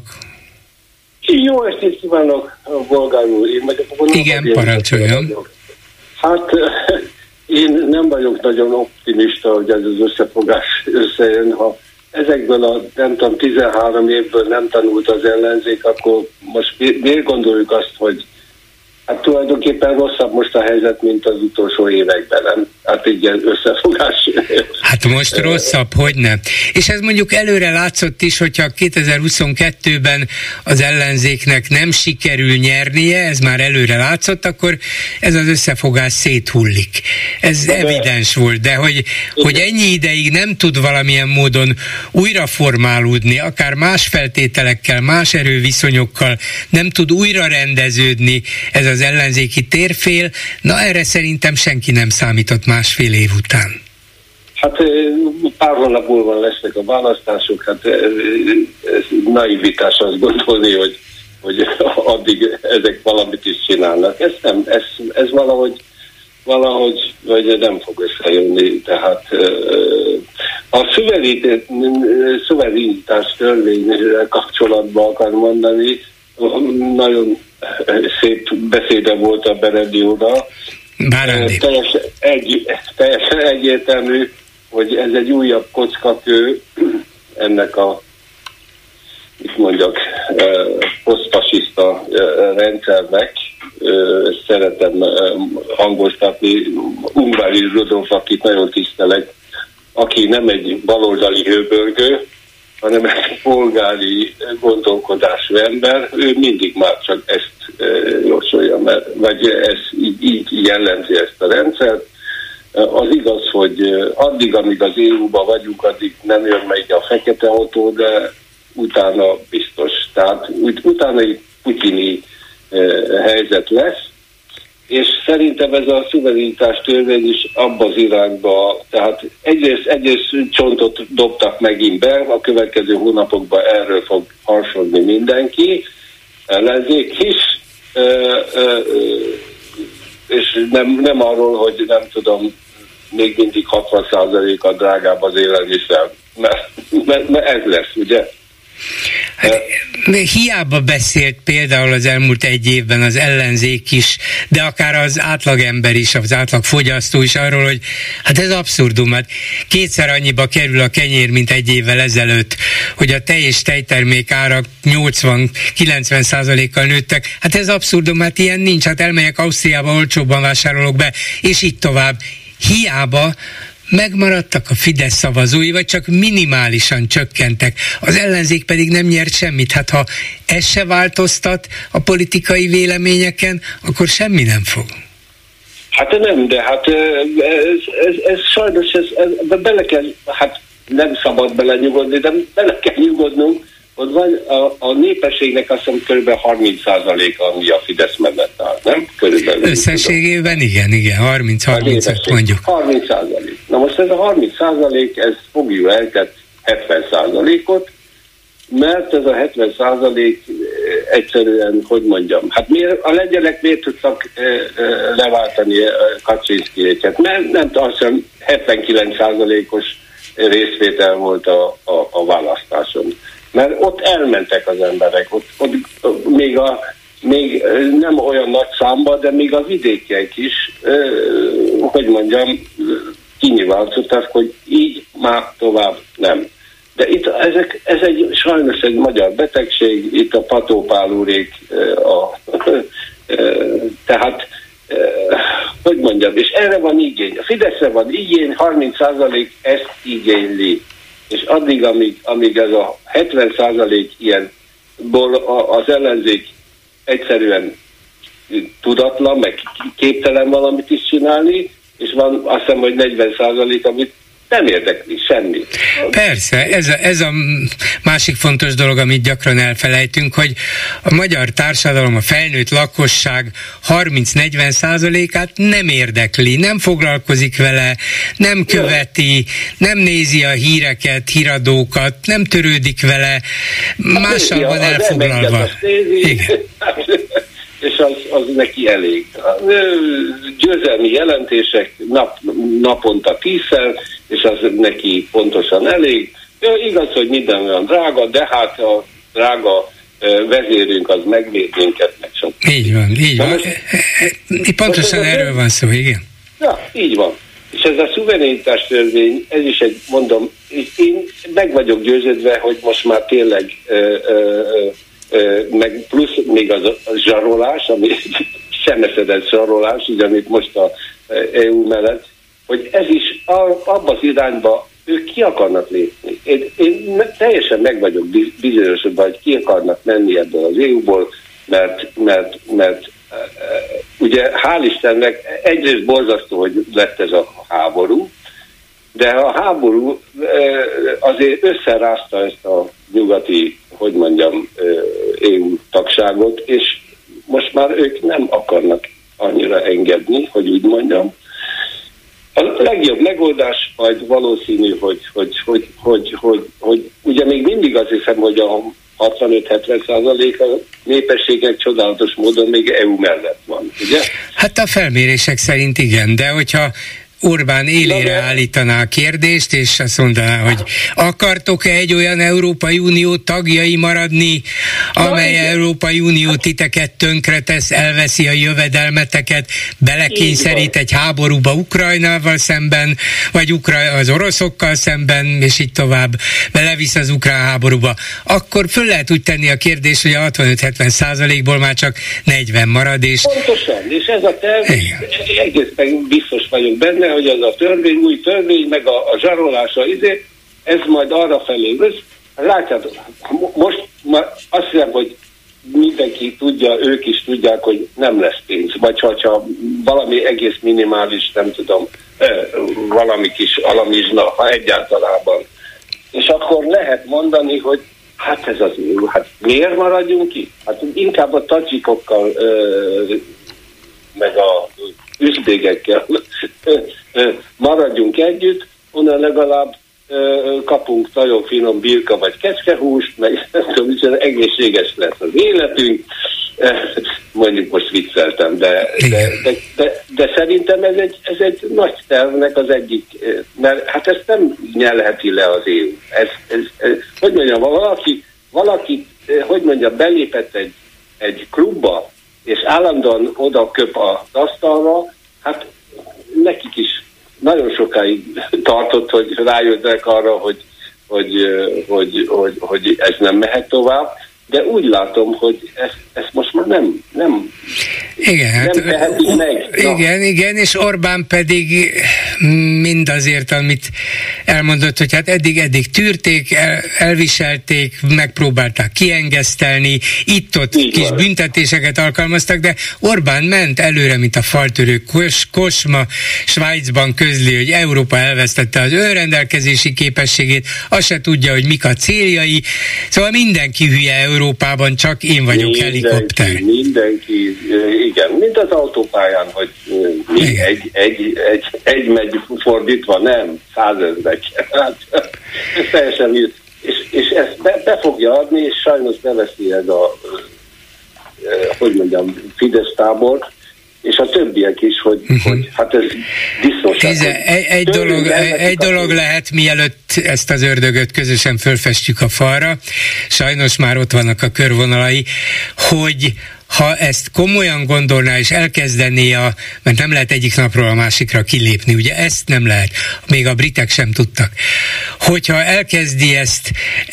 Jó estét kívánok, Bolgár úr. Igen, parancsoljon. Hát én nem vagyok nagyon optimista, hogy ez az összefogás összejön. Ha ezekből a, nem tudom, 13 évből nem tanult az ellenzék, akkor most miért gondoljuk azt, hogy hát tulajdonképpen rosszabb most a helyzet, mint az utolsó években, nem? Hát egy ilyen összefogás. Hát most rosszabb, hogy nem. És ez mondjuk előre látszott is, hogyha 2022-ben az ellenzéknek nem sikerül nyernie, ez már előre látszott, akkor ez az összefogás széthullik. Ez evidens volt, de hogy ennyi ideig nem tud valamilyen módon újra formálódni, akár más feltételekkel, más erőviszonyokkal, nem tud újra rendeződni ez az ellenzéki térfél, na erre szerintem senki nem számított másfél év után. Hát pár hónap múlva lesznek a választások, hát ez naivitás azt gondolni, hogy addig ezek valamit is csinálnak. Ez valahogy vagy nem fog összejönni, tehát a szuverenitás törvényre kapcsolatban akar mondani, nagyon szép beszéde volt a Beredióra. Teljesen egyértelmű, hogy ez egy újabb kockakő ennek a mit mondjak, posztfasiszta rendszernek, szeretem hangoztatni, Ungvári Rudolf, akit nagyon tisztelek, aki nem egy baloldali hőbörgő, hanem egy polgári gondolkodású ember, ő mindig már csak ezt jósolja, vagy ezt így jellemzi ezt a rendszert. Az igaz, hogy addig, amíg az EU-ban vagyunk, addig nem jön meg a fekete autó, de utána biztos. Tehát utána egy putyini helyzet lesz, és szerintem ez a szuverenitás törvény is abba az irányba, tehát egyrészt csontot dobtak megint be, a következő hónapokban erről fog harsogni mindenki, ellenzék is, és nem arról, hogy nem tudom, még mindig 60%-a drágább az élelmiszer, mert ez lesz, ugye? Hát, hiába beszélt például az elmúlt egy évben az ellenzék is, de akár az átlagember is, az átlag fogyasztó is arról, hogy hát ez abszurdum, hát kétszer annyiba kerül a kenyér, mint egy évvel ezelőtt, hogy a tej és tejtermék árak 80-90%-kal nőttek, hát ez abszurdum, hát ilyen nincs, hát elmegyek Ausztriába, olcsóbban vásárolok be, és így tovább. Hiába megmaradtak a Fidesz szavazói, vagy csak minimálisan csökkentek. Az ellenzék pedig nem nyert semmit. Hát ha ez se változtat a politikai véleményeken, akkor semmi nem fog. Hát nem, de hát ez sajnos, bele kell, hát nem szabad belenyugodni, de bele kell nyugodnunk, hogy van a népességnek azt hiszem kb. 30%-a, ami a Fidesz mellett áll, nem? Körülbelül. Összességében igen, 30-35 mondjuk. 30%. Na most ez a 30%, ez fogjuk el 70%-ot, mert ez a 70% egyszerűen, hogy mondjam, hát a lengyelek miért tudtak leváltani Kaczynszkijéket? Mert nem azt hiszem 79%-os részvétel volt a választáson. Mert ott elmentek az emberek, ott még nem olyan nagy számba, de még a vidékiek is, hogy mondjam, kinyilvánították, hogy így már tovább nem. De itt ez sajnos egy magyar betegség, itt a Pató Pál úrék, tehát, hogy mondjam, és erre van igény. A Fideszre van igény, 30% ezt igényli. És addig, amíg ez a 70% ilyenból az ellenzék egyszerűen tudatlan, meg képtelen valamit is csinálni, és van azt hiszem, hogy 40%, amit nem érdekli semmi. Persze, ez a másik fontos dolog, amit gyakran elfelejtünk, hogy a magyar társadalom, a felnőtt lakosság 30-40%-át nem érdekli, nem foglalkozik vele, nem követi, nem nézi a híreket, híradókat, nem törődik vele, mással van elfoglalva. Igen. És az neki elég. Győzelmi jelentések naponta 10-szer, és az neki pontosan elég. Igaz, hogy minden olyan drága, de hát a drága vezérünk az megvéd minket, meg sok. Így van. Pontosan erről van szó, igen. Ja, így van. És ez a szuverenitás törvény, ez is egy, mondom, én meg vagyok győződve, hogy most már tényleg meg plusz még az a zsarolás, ami semeszedett zsarolás, így amit most a EU mellett, hogy ez is abban az irányba ők ki akarnak lépni. Én teljesen meg vagyok bizonyosodva, hogy ki akarnak menni ebből az EU-ból, mert ugye hál' Istennek egyrészt borzasztó, hogy lett ez a háború, de a háború azért összerázta ezt a nyugati, hogy mondjam, EU tagságot, és most már ők nem akarnak annyira engedni, hogy úgy mondjam. A legjobb megoldás majd valószínű, hogy ugye még mindig azt hiszem, hogy a 65-70% a népességnek csodálatos módon még EU mellett van, ugye? Hát a felmérések szerint igen, de hogyha Orbán élére állítaná a kérdést, és azt mondaná, hogy akartok-e egy olyan Európai Unió tagjai maradni, amely Európai Unió titeket tönkretesz, elveszi a jövedelmeteket, belekényszerít egy háborúba Ukrajnával szemben, vagy az oroszokkal szemben, és így tovább, belevisz az ukrán háborúba. Akkor föl lehet úgy tenni a kérdést, hogy a 65-70%-ból már csak 40 marad, és... Pontosan, és ez a terv, egészen biztos vagyok benne, hogy az a törvény, új törvény, meg a zsarolása, ez majd arra felé vesz. Látjátok, most azt hiszem, hogy mindenki tudja, ők is tudják, hogy nem lesz pénz. Vagy ha valami egész minimális, nem tudom, valami kis alamizsna, ha egyáltalában. És akkor lehet mondani, hogy hát ez az jó, hát miért maradjunk ki? Hát inkább a tadzsikokkal meg a üzbégekkel maradjunk együtt, onnan legalább kapunk nagyon finom birka vagy kecskehúst, meg egészséges lesz az életünk. Mondjuk most vicceltem, de szerintem ez egy nagy tervnek az egyik, mert hát ezt nem nyelheti le az EU. Hogy mondjam, valaki hogy mondjam, belépett egy klubba, és állandóan oda köp az asztalra, hát nekik is nagyon sokáig tartott, hogy rájöttek arra, hogy ez nem mehet tovább, de úgy látom, hogy ezt most már nem tehetik meg. Igen, és Orbán pedig mindazért, amit elmondott, hogy hát eddig tűrték, elviselték, megpróbálták kiengesztelni, itt-ott kis büntetéseket alkalmaztak, de Orbán ment előre, mint a faltörő Kosma Svájcban közli, hogy Európa elvesztette az önrendelkezési képességét, azt se tudja, hogy mik a céljai, szóval mindenki hülye Európában, csak én vagyok helikopter. Mindenki, igen, mint az autópályán, hogy egy megy fordítva, nem, 100 000. Hát, ez teljesen és ezt be fogja adni, és sajnos beveszi ez a, hogy mondjam, Fidesz tábor, és a többiek is, hogy hát ez biztonság. Egy dolog lehet, mielőtt ezt az ördögöt közösen fölfestjük a falra, sajnos már ott vannak a körvonalai, hogy ha ezt komolyan gondolná és elkezdené, mert nem lehet egyik napról a másikra kilépni, ugye ezt nem lehet, még a britek sem tudtak. Hogyha elkezdi ezt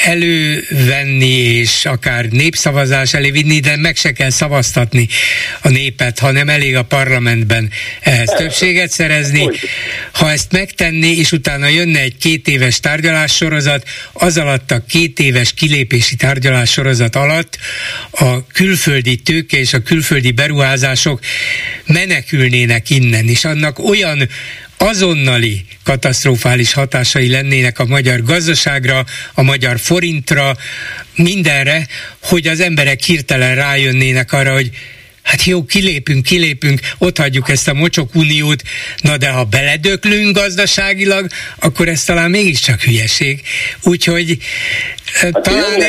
elővenni, és akár népszavazás elé vinni, de meg se kell szavaztatni a népet, ha nem elég a parlamentben ehhez többséget szerezni. Ha ezt megtenné, és utána jönne egy 2 éves tárgyalássorozat, az alatt a 2 éves kilépési tárgyalássorozat alatt a külföldi tőke és a külföldi beruházások menekülnének innen, és annak olyan azonnali katasztrofális hatásai lennének a magyar gazdaságra, a magyar forintra, mindenre, hogy az emberek hirtelen rájönnének arra, hogy hát jó, kilépünk, ott hagyjuk ezt a mocsokuniót, na de ha beledöklünk gazdaságilag, akkor ez talán mégiscsak hülyeség. Úgyhogy hát talán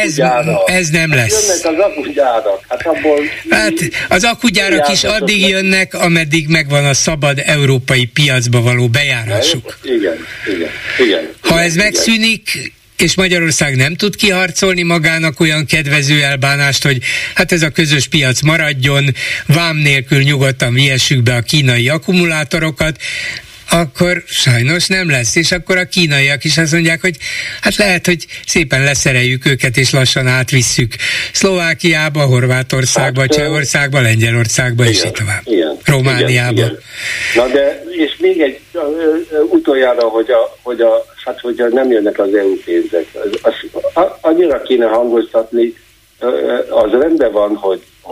ez nem lesz. Jönnek az akugyárak. Hát az akugyárak is addig jönnek, ameddig megvan a szabad európai piacba való bejárásuk. Igen. Ha ez megszűnik, és Magyarország nem tud kiharcolni magának olyan kedvező elbánást, hogy hát ez a közös piac maradjon, vám nélkül nyugodtan vihessük be a kínai akkumulátorokat, akkor sajnos nem lesz, és akkor a kínaiak is azt mondják, hogy hát lehet, hogy szépen leszereljük őket, és lassan átvisszük Szlovákiába, Horvátországba, Csehországba, Lengyelországba, és így tovább. Romániába. Igen. Na de, és még egy utoljára, hogy nem jönnek az EU pénzek. Annyira kéne hangoztatni, az rendben van,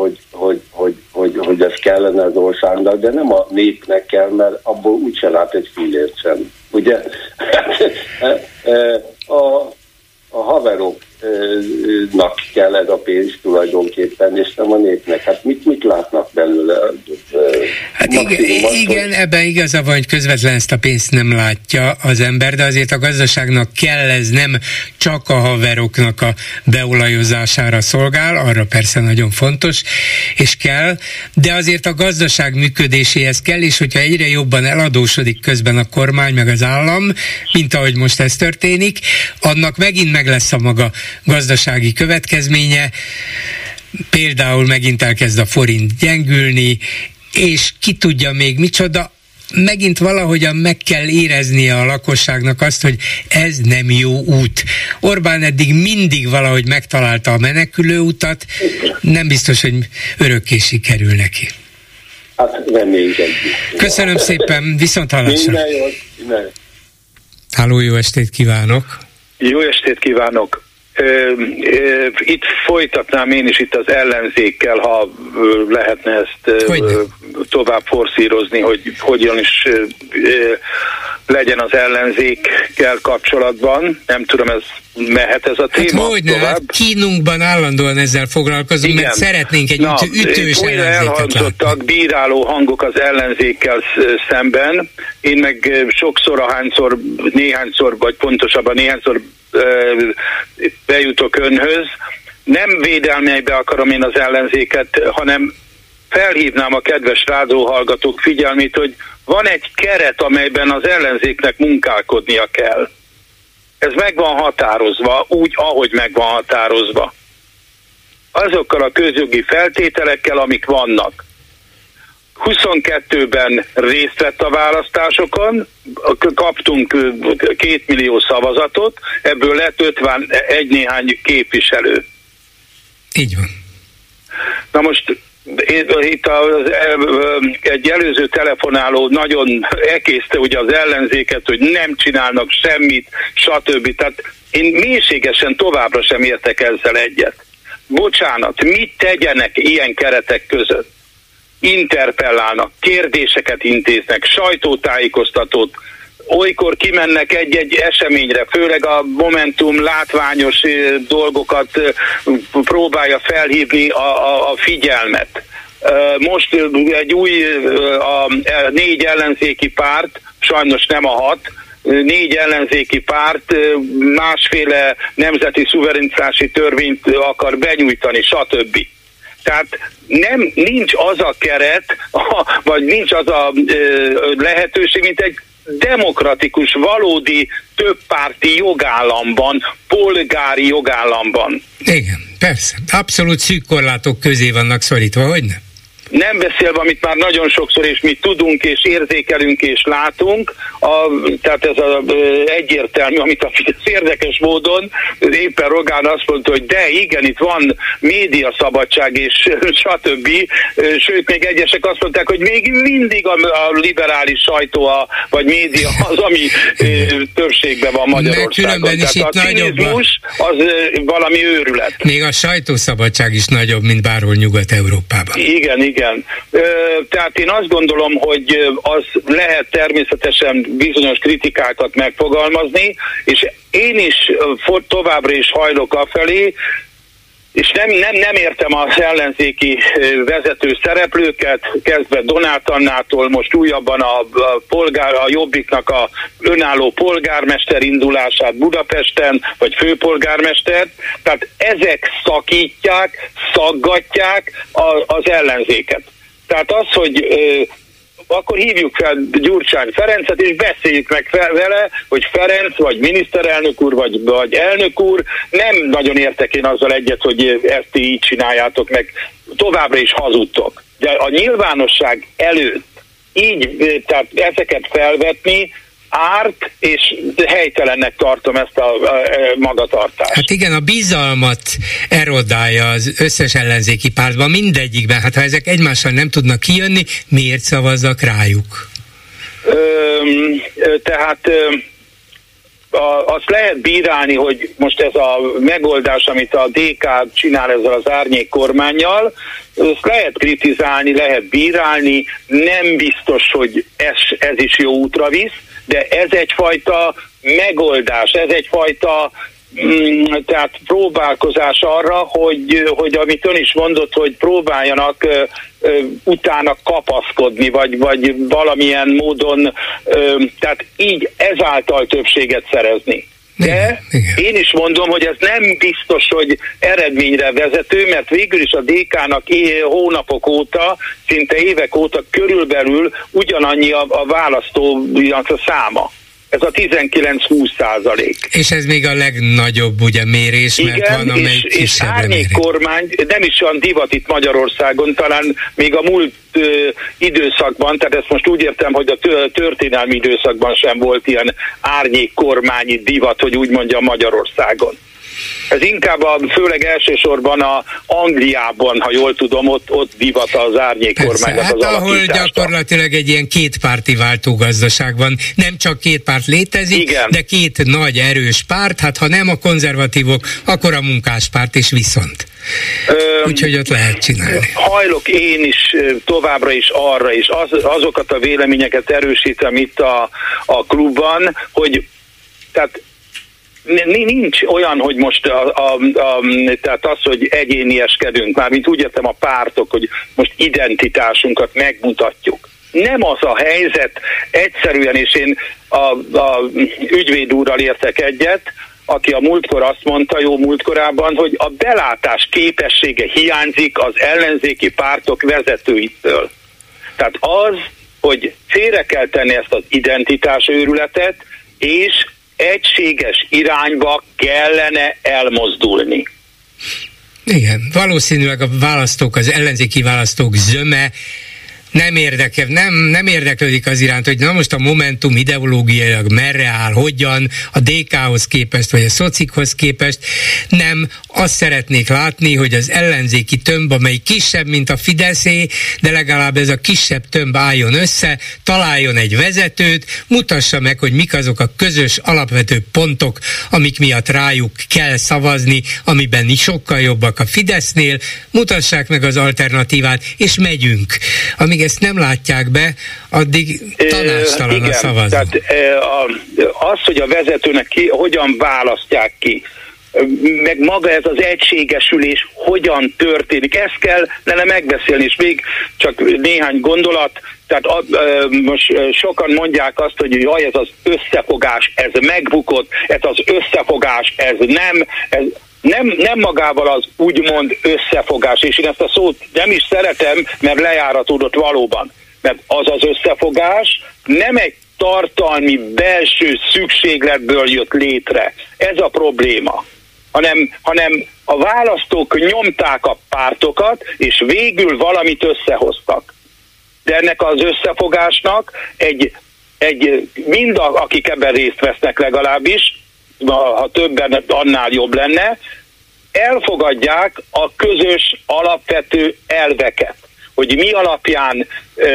hogy ez kellene az országnak, de nem a népnek kell, mert abból úgyse lát egy fillért sem. Ugye? A haveroknak kell ez a pénz tulajdonképpen, és nem a népnek. Hát mit látnak belőle? Hát igen, ebben igaza van, hogy közvetlen ezt a pénzt nem látja az ember, de azért a gazdaságnak kell, ez nem csak a haveroknak a beolajozására szolgál, arra persze nagyon fontos, és kell, de azért a gazdaság működéséhez kell, és hogyha egyre jobban eladósodik közben a kormány meg az állam, mint ahogy most ez történik, annak megint meg lesz a maga gazdasági következménye, például megint elkezd a forint gyengülni, és ki tudja még micsoda, megint valahogyan meg kell éreznie a lakosságnak azt, hogy ez nem jó út. Orbán eddig mindig valahogy megtalálta a menekülő utat, nem biztos, hogy örökké sikerül neki. Hát reméljük. Köszönöm szépen, viszonthallásra. Minden jó. Háló, jó estét kívánok! Jó estét kívánok! Itt folytatnám én is itt az ellenzékkel, ha lehetne ezt tovább forszírozni, hogy hogyan is legyen az ellenzékkel kapcsolatban. Nem tudom, ez mehet ez a téma tovább? Hát kínunkban állandóan ezzel foglalkozunk, igen. Mert szeretnénk egy ütős ellenzéket elhangzottak látni. Bíráló hangok az ellenzékkel szemben. Én meg sokszor, néhányszor, vagy pontosabban néhányszor bejutok önhöz. Nem védelmeibe akarom én az ellenzéket, hanem felhívnám a kedves rádióhallgatók figyelmét, hogy van egy keret, amelyben az ellenzéknek munkálkodnia kell. Ez meg van határozva, úgy, ahogy meg van határozva. Azokkal a közjogi feltételekkel, amik vannak. 22-ben részt vett a választásokon, kaptunk 2 millió szavazatot, ebből lett 51 néhány képviselő. Így van. Na most itt egy előző telefonáló nagyon ekészte ugye az ellenzéket, hogy nem csinálnak semmit, stb. Tehát én mélységesen továbbra sem értek ezzel egyet. Bocsánat, mit tegyenek ilyen keretek között? Interpellálnak, kérdéseket intéznek, sajtótájékoztatót, olykor kimennek egy-egy eseményre, főleg a Momentum látványos dolgokat próbálja felhívni a figyelmet. Most egy új, a 4 ellenzéki párt, sajnos nem a 6, 4 ellenzéki párt másféle nemzeti szuverenitási törvényt akar benyújtani, stb. Tehát nincs az a keret, vagy nincs az a lehetőség, mint egy demokratikus, valódi többpárti jogállamban, polgári jogállamban. Igen, persze. Abszolút szűk korlátok közé vannak szorítva, hogy nem? Nem beszélve, amit már nagyon sokszor és mi tudunk, és érzékelünk, és látunk, tehát ez egyértelmű, amit a Fidesz érdekes módon, éppen Rogán azt mondta, hogy de igen, itt van médiaszabadság, és stb. Sőt, még egyesek azt mondták, hogy még mindig a liberális sajtó, vagy média az, ami többségben van Magyarországon. Tehát a cinizmus az valami őrület. Még a sajtószabadság is nagyobb, mint bárhol Nyugat-Európában. Igen. Tehát én azt gondolom, hogy az lehet természetesen bizonyos kritikákat megfogalmazni, és én is továbbra is hajlok afelé, és nem értem az ellenzéki vezető szereplőket, kezdve Donát Annától, most újabban a Jobbiknak a önálló polgármester indulását Budapesten, vagy főpolgármester, tehát ezek szakítják, szaggatják az ellenzéket. Tehát az, hogy akkor hívjuk fel Gyurcsány Ferencet, és beszéljük meg vele, hogy Ferenc, vagy miniszterelnök úr, vagy elnök úr, nem nagyon értek én azzal egyet, hogy ezt így csináljátok meg, továbbra is hazudtok. De a nyilvánosság előtt így, tehát ezeket felvetni, árt, és helytelennek tartom ezt a magatartást. Hát igen, a bizalmat erodálja az összes ellenzéki pártban, mindegyikben. Hát ha ezek egymással nem tudnak kijönni, miért szavazzak rájuk? Tehát azt lehet bírálni, hogy most ez a megoldás, amit a DK csinál ezzel az árnyék kormánnyal, ezt lehet kritizálni, lehet bírálni, nem biztos, hogy ez is jó útra visz, de ez egyfajta megoldás, ez egyfajta tehát próbálkozás arra, hogy amit ön is mondott, hogy próbáljanak utána kapaszkodni, vagy valamilyen módon, tehát így ezáltal többséget szerezni. De én is mondom, hogy ez nem biztos, hogy eredményre vezető, mert végül is a DK-nak hónapok óta, szinte évek óta körülbelül ugyanannyi a választónak a száma. Ez a 19-20%. És ez még a legnagyobb ugye mérés, mert igen, van amelyik és árnyék kormány, nem is olyan divat itt Magyarországon, talán még a múlt időszakban, tehát ezt most úgy értem, hogy a történelmi időszakban sem volt ilyen árnyék kormányi divat, hogy úgy mondjam, Magyarországon. Ez inkább főleg elsősorban a Angliában, ha jól tudom, ott divat az árnyék kormánynak az alakítása. Ahol gyakorlatilag egy ilyen kétpárti váltógazdaság van. Nem csak két párt létezik, igen, de két nagy erős párt, hát ha nem a konzervatívok, akkor a munkáspárt is viszont. Úgyhogy ott lehet csinálni. Hajlok én is továbbra is arra is, azokat a véleményeket erősítem itt a klubban, hogy tehát nincs olyan, hogy most tehát az, hogy egyénieskedünk, mármint úgy értem a pártok, hogy most identitásunkat megmutatjuk. Nem az a helyzet, egyszerűen, és én a ügyvéd úrral értek egyet, aki a múltkor azt mondta, jó múltkorában, hogy a belátás képessége hiányzik az ellenzéki pártok vezetőitől. Tehát az, hogy félre kell tenni ezt az identitásőrületet, és egységes irányba kellene elmozdulni. Igen, valószínűleg a választók, az ellenzéki választók zöme nem érdeklődik az iránt, hogy na most a Momentum ideológiailag merre áll, hogyan, a DK-hoz képest, vagy a szocikhoz képest, nem azt szeretnék látni, hogy az ellenzéki tömb, amely kisebb, mint a Fideszé, de legalább ez a kisebb tömb álljon össze, találjon egy vezetőt, mutassa meg, hogy mik azok a közös alapvető pontok, amik miatt rájuk kell szavazni, amiben sokkal jobbak a Fidesznél, mutassák meg az alternatívát, és megyünk. Amíg ezt nem látják be, addig tanácstalan a szavazó. Tehát az, hogy a vezetőnek hogyan választják ki, meg maga ez az egységesülés hogyan történik, ezt kellene megbeszélni, és még csak néhány gondolat, tehát most sokan mondják azt, hogy jaj, ez az összefogás, ez megbukott, ez az összefogás, ez nem magával az úgymond összefogás, és én ezt a szót nem is szeretem, mert lejáratódott valóban. Mert az összefogás nem egy tartalmi belső szükségletből jött létre. Ez a probléma. Hanem a választók nyomták a pártokat, és végül valamit összehoztak. De ennek az összefogásnak mind akik ebben részt vesznek legalábbis, ha többen, annál jobb lenne, elfogadják a közös alapvető elveket, hogy mi alapján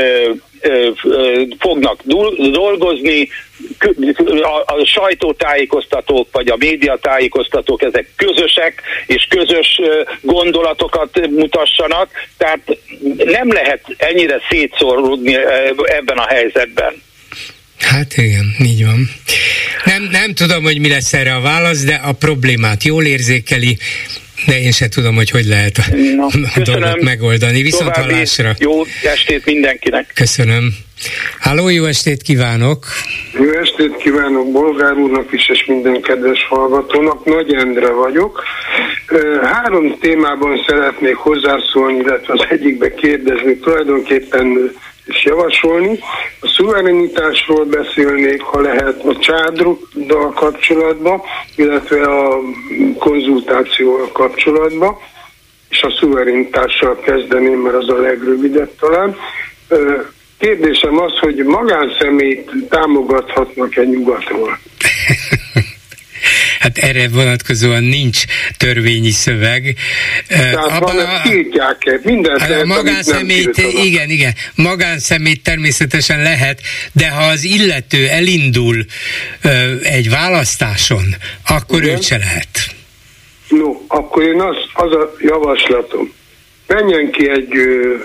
fognak dolgozni, a sajtótájékoztatók vagy a médiatájékoztatók ezek közösek, és közös gondolatokat mutassanak, tehát nem lehet ennyire szétszóródni ebben a helyzetben. Hát igen, így van. Nem tudom, hogy mi lesz erre a válasz, de a problémát jól érzékeli, de én se tudom, hogy lehet a dolgot megoldani. Viszont hallásra. Jó estét mindenkinek. Köszönöm. Halló, jó estét kívánok! Jó estét kívánok Bolgár úrnak is, és minden kedves hallgatónak. Nagy Endre vagyok. 3 témában szeretnék hozzászólni, illetve az egyikbe kérdezni, tulajdonképpen és javasolni. A szuverenitásról beszélnék, ha lehet, a csárdal kapcsolatban, illetve a konzultációval kapcsolatban, és a szuverenitással kezdeném, mert az a legrövidebb talán. Kérdésem az, hogy magánszemélyt támogathatnak-e nyugatról? Hát erre vonatkozóan nincs törvényi szöveg. Tehát tiltják-e? Mindent lehet, magánszemélyt, igen, magánszemélyt természetesen lehet, de ha az illető elindul egy választáson, akkor őt se lehet. No, akkor én az a javaslatom. Menjen ki egy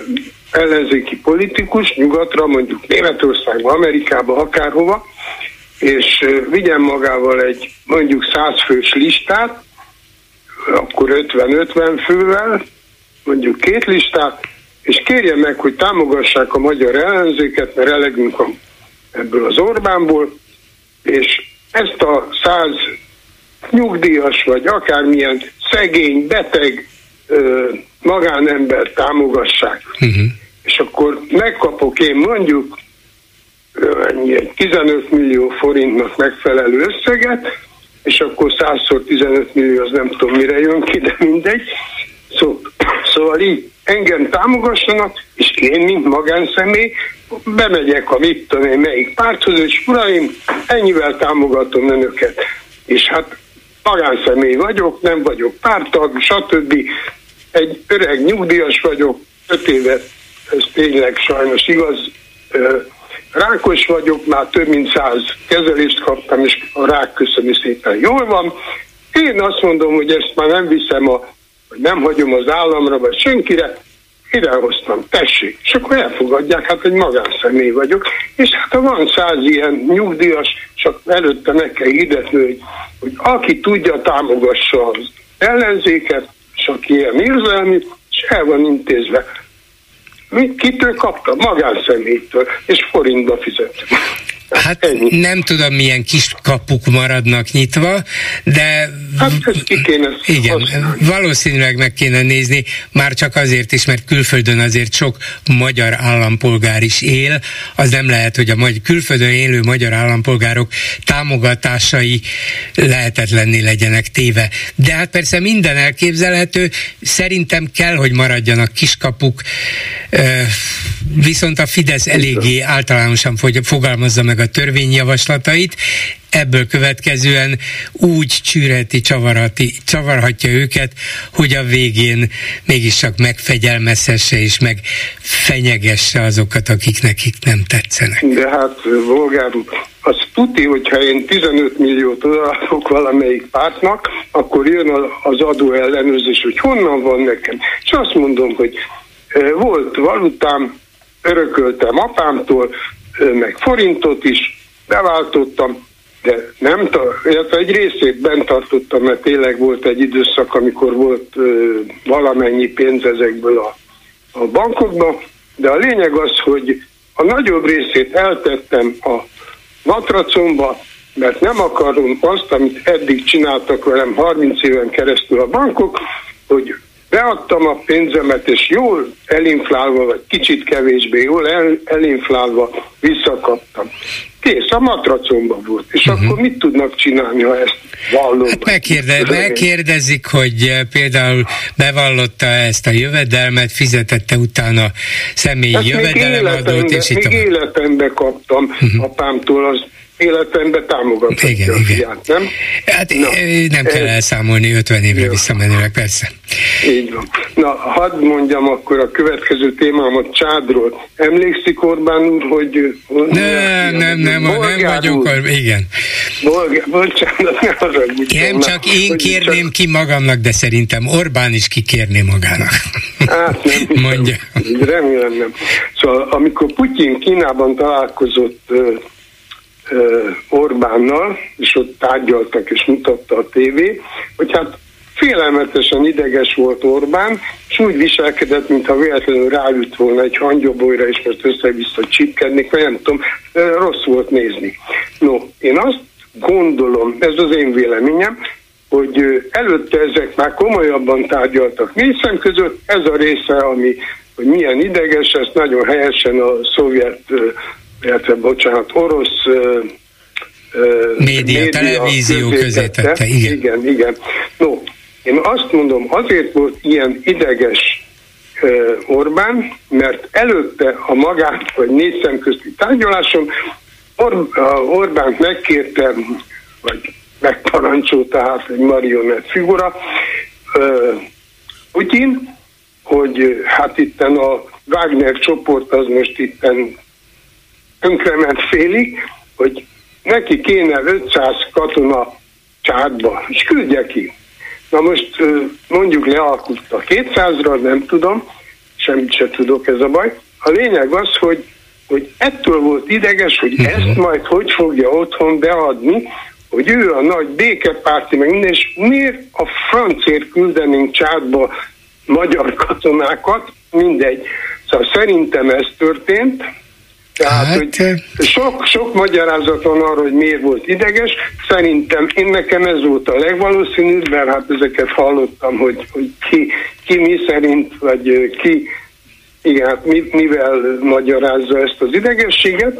ellenzéki politikus nyugatra, mondjuk Németországba, Amerikába, akárhova, és vigyen magával egy mondjuk 100 fős listát, akkor 50-50 fővel, mondjuk 2 listát, és kérje meg, hogy támogassák a magyar ellenzéket, mert elegünk ebből az Orbánból, és ezt a 100 nyugdíjas, vagy akármilyen szegény, beteg magánember támogassák. És akkor megkapok én mondjuk 15 millió forintnak megfelelő összeget, és akkor 100x15 millió, az nem tudom mire jön ki, de mindegy. Szóval így engem támogassanak, és én, mint magánszemély, bemegyek a mit tudom én melyik párthoz, és uraim, ennyivel támogatom önöket. És hát magánszemély vagyok, nem vagyok párttag, stb. Egy öreg nyugdíjas vagyok, 5 évet, ez tényleg sajnos igaz, rákos vagyok, már több mint 100 kezelést kaptam, és a rák köszöni szépen jól van. Én azt mondom, hogy ezt már nem viszem, hogy nem hagyom az államra, vagy senkire, idehoztam, tessék. És akkor elfogadják, hát egy magánszemély vagyok, és hát ha van 100 ilyen nyugdíjas, csak előtte meg kell hirdetni, hogy aki tudja, támogassa az ellenzéket, és aki ilyen érzelmi, és el van intézve. Kitől kaptam? Magánszemélytől, és forintba fizettem. Hát ennyi. Nem tudom, milyen kis kapuk maradnak nyitva, de hát ezt ki kéne igen, valószínűleg meg kéne nézni, már csak azért is, mert külföldön azért sok magyar állampolgár is él, az nem lehet, hogy a külföldön élő magyar állampolgárok támogatásai lehetetlenné legyenek téve. De hát persze minden elképzelhető, szerintem kell, hogy maradjanak kiskapuk, viszont a Fidesz eléggé általánosan fogalmazza meg a törvényjavaslatait, ebből következően úgy csűrheti, csavarhatja őket, hogy a végén mégiscsak megfegyelmezhesse és megfenyegesse azokat, akik nekik nem tetszenek. De hát, Bolgár úr, az tuti, hogyha én 15 milliót odaadok valamelyik pártnak, akkor jön az adó ellenőrzés, hogy honnan van nekem. És azt mondom, hogy volt valutám, örököltem apámtól, meg forintot is, beváltottam, de nem egy részét bent tartottam, mert tényleg volt egy időszak, amikor volt valamennyi pénz ezekből a bankokban, de a lényeg az, hogy a nagyobb részét eltettem a matracomba, mert nem akarom azt, amit eddig csináltak velem 30 éven keresztül a bankok, hogy beadtam a pénzemet, és jól elinflálva, vagy kicsit kevésbé jól elinflálva visszakaptam. Kész, a matracomban volt. És akkor mit tudnak csinálni, ha ezt vallom? Hát megkérdezik, hogy például bevallotta ezt a jövedelmet, fizetette utána személyi jövedelemadót, és itt még életemben kaptam apámtól az életemben támogathatja igen, a fiát, nem? Hát nem kell elszámolni 50 évre visszamenőleg, persze. Így van. Na, hadd mondjam akkor a következő témámat Csádról. Emlékszik Orbán úr, hogy... Nem vagyok, igen. Bocsánat, ne haragudjon. Nem, csak én kérném ki magamnak, de szerintem Orbán is kikérné magának. Hát nem. Mondja. Remélem nem. Szóval amikor Putyin Kínában találkozott Orbánnal, és ott tárgyaltak, és mutatta a tévé, hogy hát félelmetesen ideges volt Orbán, és úgy viselkedett, mintha véletlenül ráült volna egy hangyobolyra, és most össze-vissza csipkednék, vagy nem tudom, rossz volt nézni. No, én azt gondolom, ez az én véleményem, hogy előtte ezek már komolyabban tárgyaltak négy szem között, ez a része, ami, hogy milyen ideges, ezt nagyon helyesen a szovjet orosz média televízió közé tette, igen. No, én azt mondom, azért volt ilyen ideges Orbán, mert előtte a magát, vagy négy szem közti tárgyaláson Orbánt megkérte, vagy megparancsolta, hát egy marionett figura, Putyin, hogy hát itten a Wagner csoport az most itten önkrement félig, hogy neki kéne 500 katona Csádba, és küldje ki. Na most mondjuk lealkutta 200-ra, nem tudom, semmit se tudok, ez a baj. A lényeg az, hogy hogy ettől volt ideges, hogy ezt majd hogy fogja otthon beadni, hogy ő a nagy békepárti, meg minden, és miért a francért küldenénk Csádba magyar katonákat, mindegy. Szóval szerintem ez történt, tehát, hogy sok magyarázat van arra, hogy miért volt ideges. Szerintem nekem ez volt a legvalószínűbb, mert hát ezeket hallottam, hogy ki mi szerint, vagy ki igen, hát mivel magyarázza ezt az idegességet,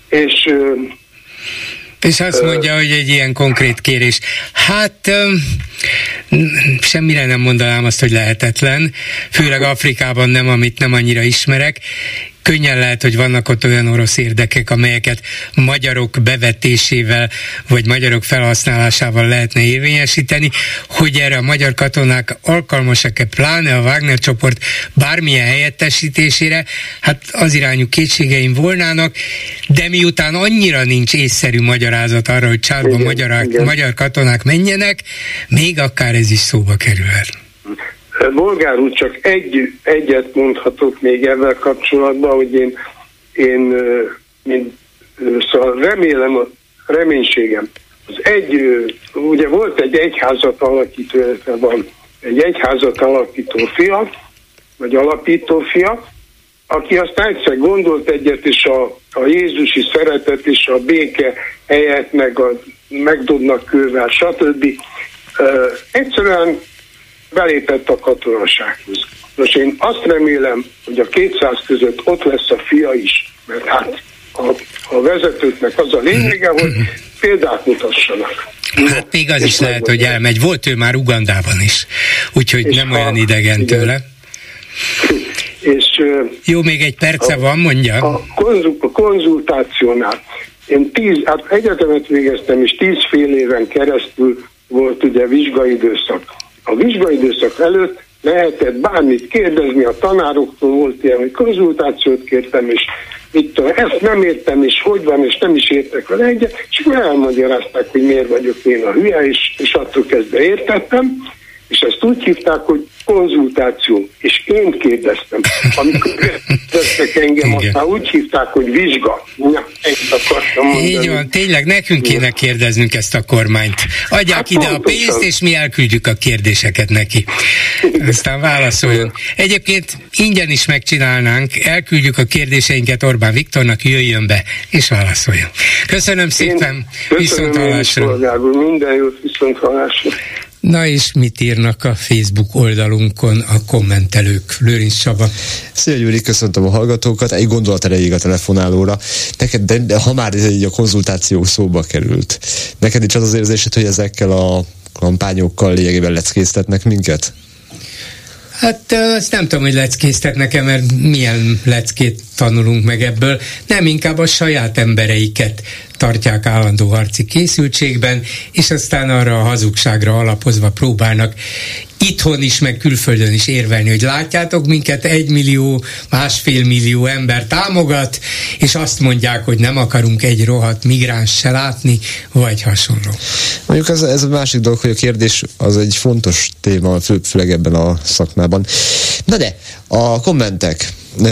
és azt mondja, hogy egy ilyen konkrét kérés. Hát semmire nem mondanám azt, hogy lehetetlen, főleg Afrikában nem, amit nem annyira ismerek. Könnyen lehet, hogy vannak ott olyan orosz érdekek, amelyeket magyarok bevetésével, vagy magyarok felhasználásával lehetne érvényesíteni, hogy erre a magyar katonák alkalmasak-e, pláne a Wagner csoport bármilyen helyettesítésére, hát az irányú kétségeim volnának, de miután annyira nincs észszerű magyarázat arra, hogy Csádba magyar katonák menjenek, még akár ez is szóba kerülhet. Bolgár úr, csak egyet mondhatok még ezzel kapcsolatban, hogy én szóval reménységem. Ugye volt egy egyházat alakító, van egy egyházat alakító fia, vagy alapító fia, aki aztán egyszer gondolt egyet, és a jézusi szeretet és a béke helyett, meg a megdobnak kővel, stb. Egyszerűen belépett a katonasághoz. Most én azt remélem, hogy a 200 között ott lesz a fia is, mert hát a vezetőknek az a lényege, hogy példát mutassanak. Hát még az is lehet, hogy elmegy. Volt ő már Ugandában is, úgyhogy nem olyan idegen tőle. Jó, még egy perce van, mondja. A konzultációnál én egyetemet végeztem, és 10 fél éven keresztül volt ugye vizsgaidőszak. A vizsgaidőszak előtt lehetett bármit kérdezni, a tanároktól volt ilyen, hogy konzultációt kértem, és ezt nem értem, és hogy van, és nem is értek vele egyet, és akkor elmagyarázták, hogy miért vagyok én a hülye, és attól kezdve értettem, és ezt úgy hívták, hogy konzultáció, és én kérdeztem. Amikor kérdeztek engem, aztán úgy hívták, hogy vizsga. Ja, ezt akartam mondani. Így van, tényleg nekünk kéne kérdeznünk ezt a kormányt. Adják ide a pénzt, és mi elküldjük a kérdéseket neki. Aztán válaszoljon. Egyébként ingyen is megcsinálnánk, elküldjük a kérdéseinket Orbán Viktornak, jöjjön be, és válaszoljon. Köszönöm szépen, viszonthallásra. Minden jót, viszonthallásra. Na és mit írnak a Facebook oldalunkon a kommentelők? Lőrinc Csaba. Szia Gyuri, köszöntöm a hallgatókat. Egy gondolat erejéig a telefonálóra. Neked, de ha már így a konzultáció szóba került, neked is az az érzésed, hogy ezekkel a kampányokkal lényegében leckéztetnek minket? Hát azt nem tudom, hogy leckéztetnek-e, mert milyen leckét tanulunk meg ebből. Nem, inkább a saját embereiket tartják állandó harci készültségben, és aztán arra a hazugságra alapozva próbálnak itthon is, meg külföldön is érvelni, hogy látjátok, minket 1 millió, 1,5 millió ember támogat, és azt mondják, hogy nem akarunk egy rohadt migráns se látni, vagy hasonló. Mondjuk ez a másik dolog, hogy a kérdés az egy fontos téma, főleg ebben a szakmában. Na de, a kommentek.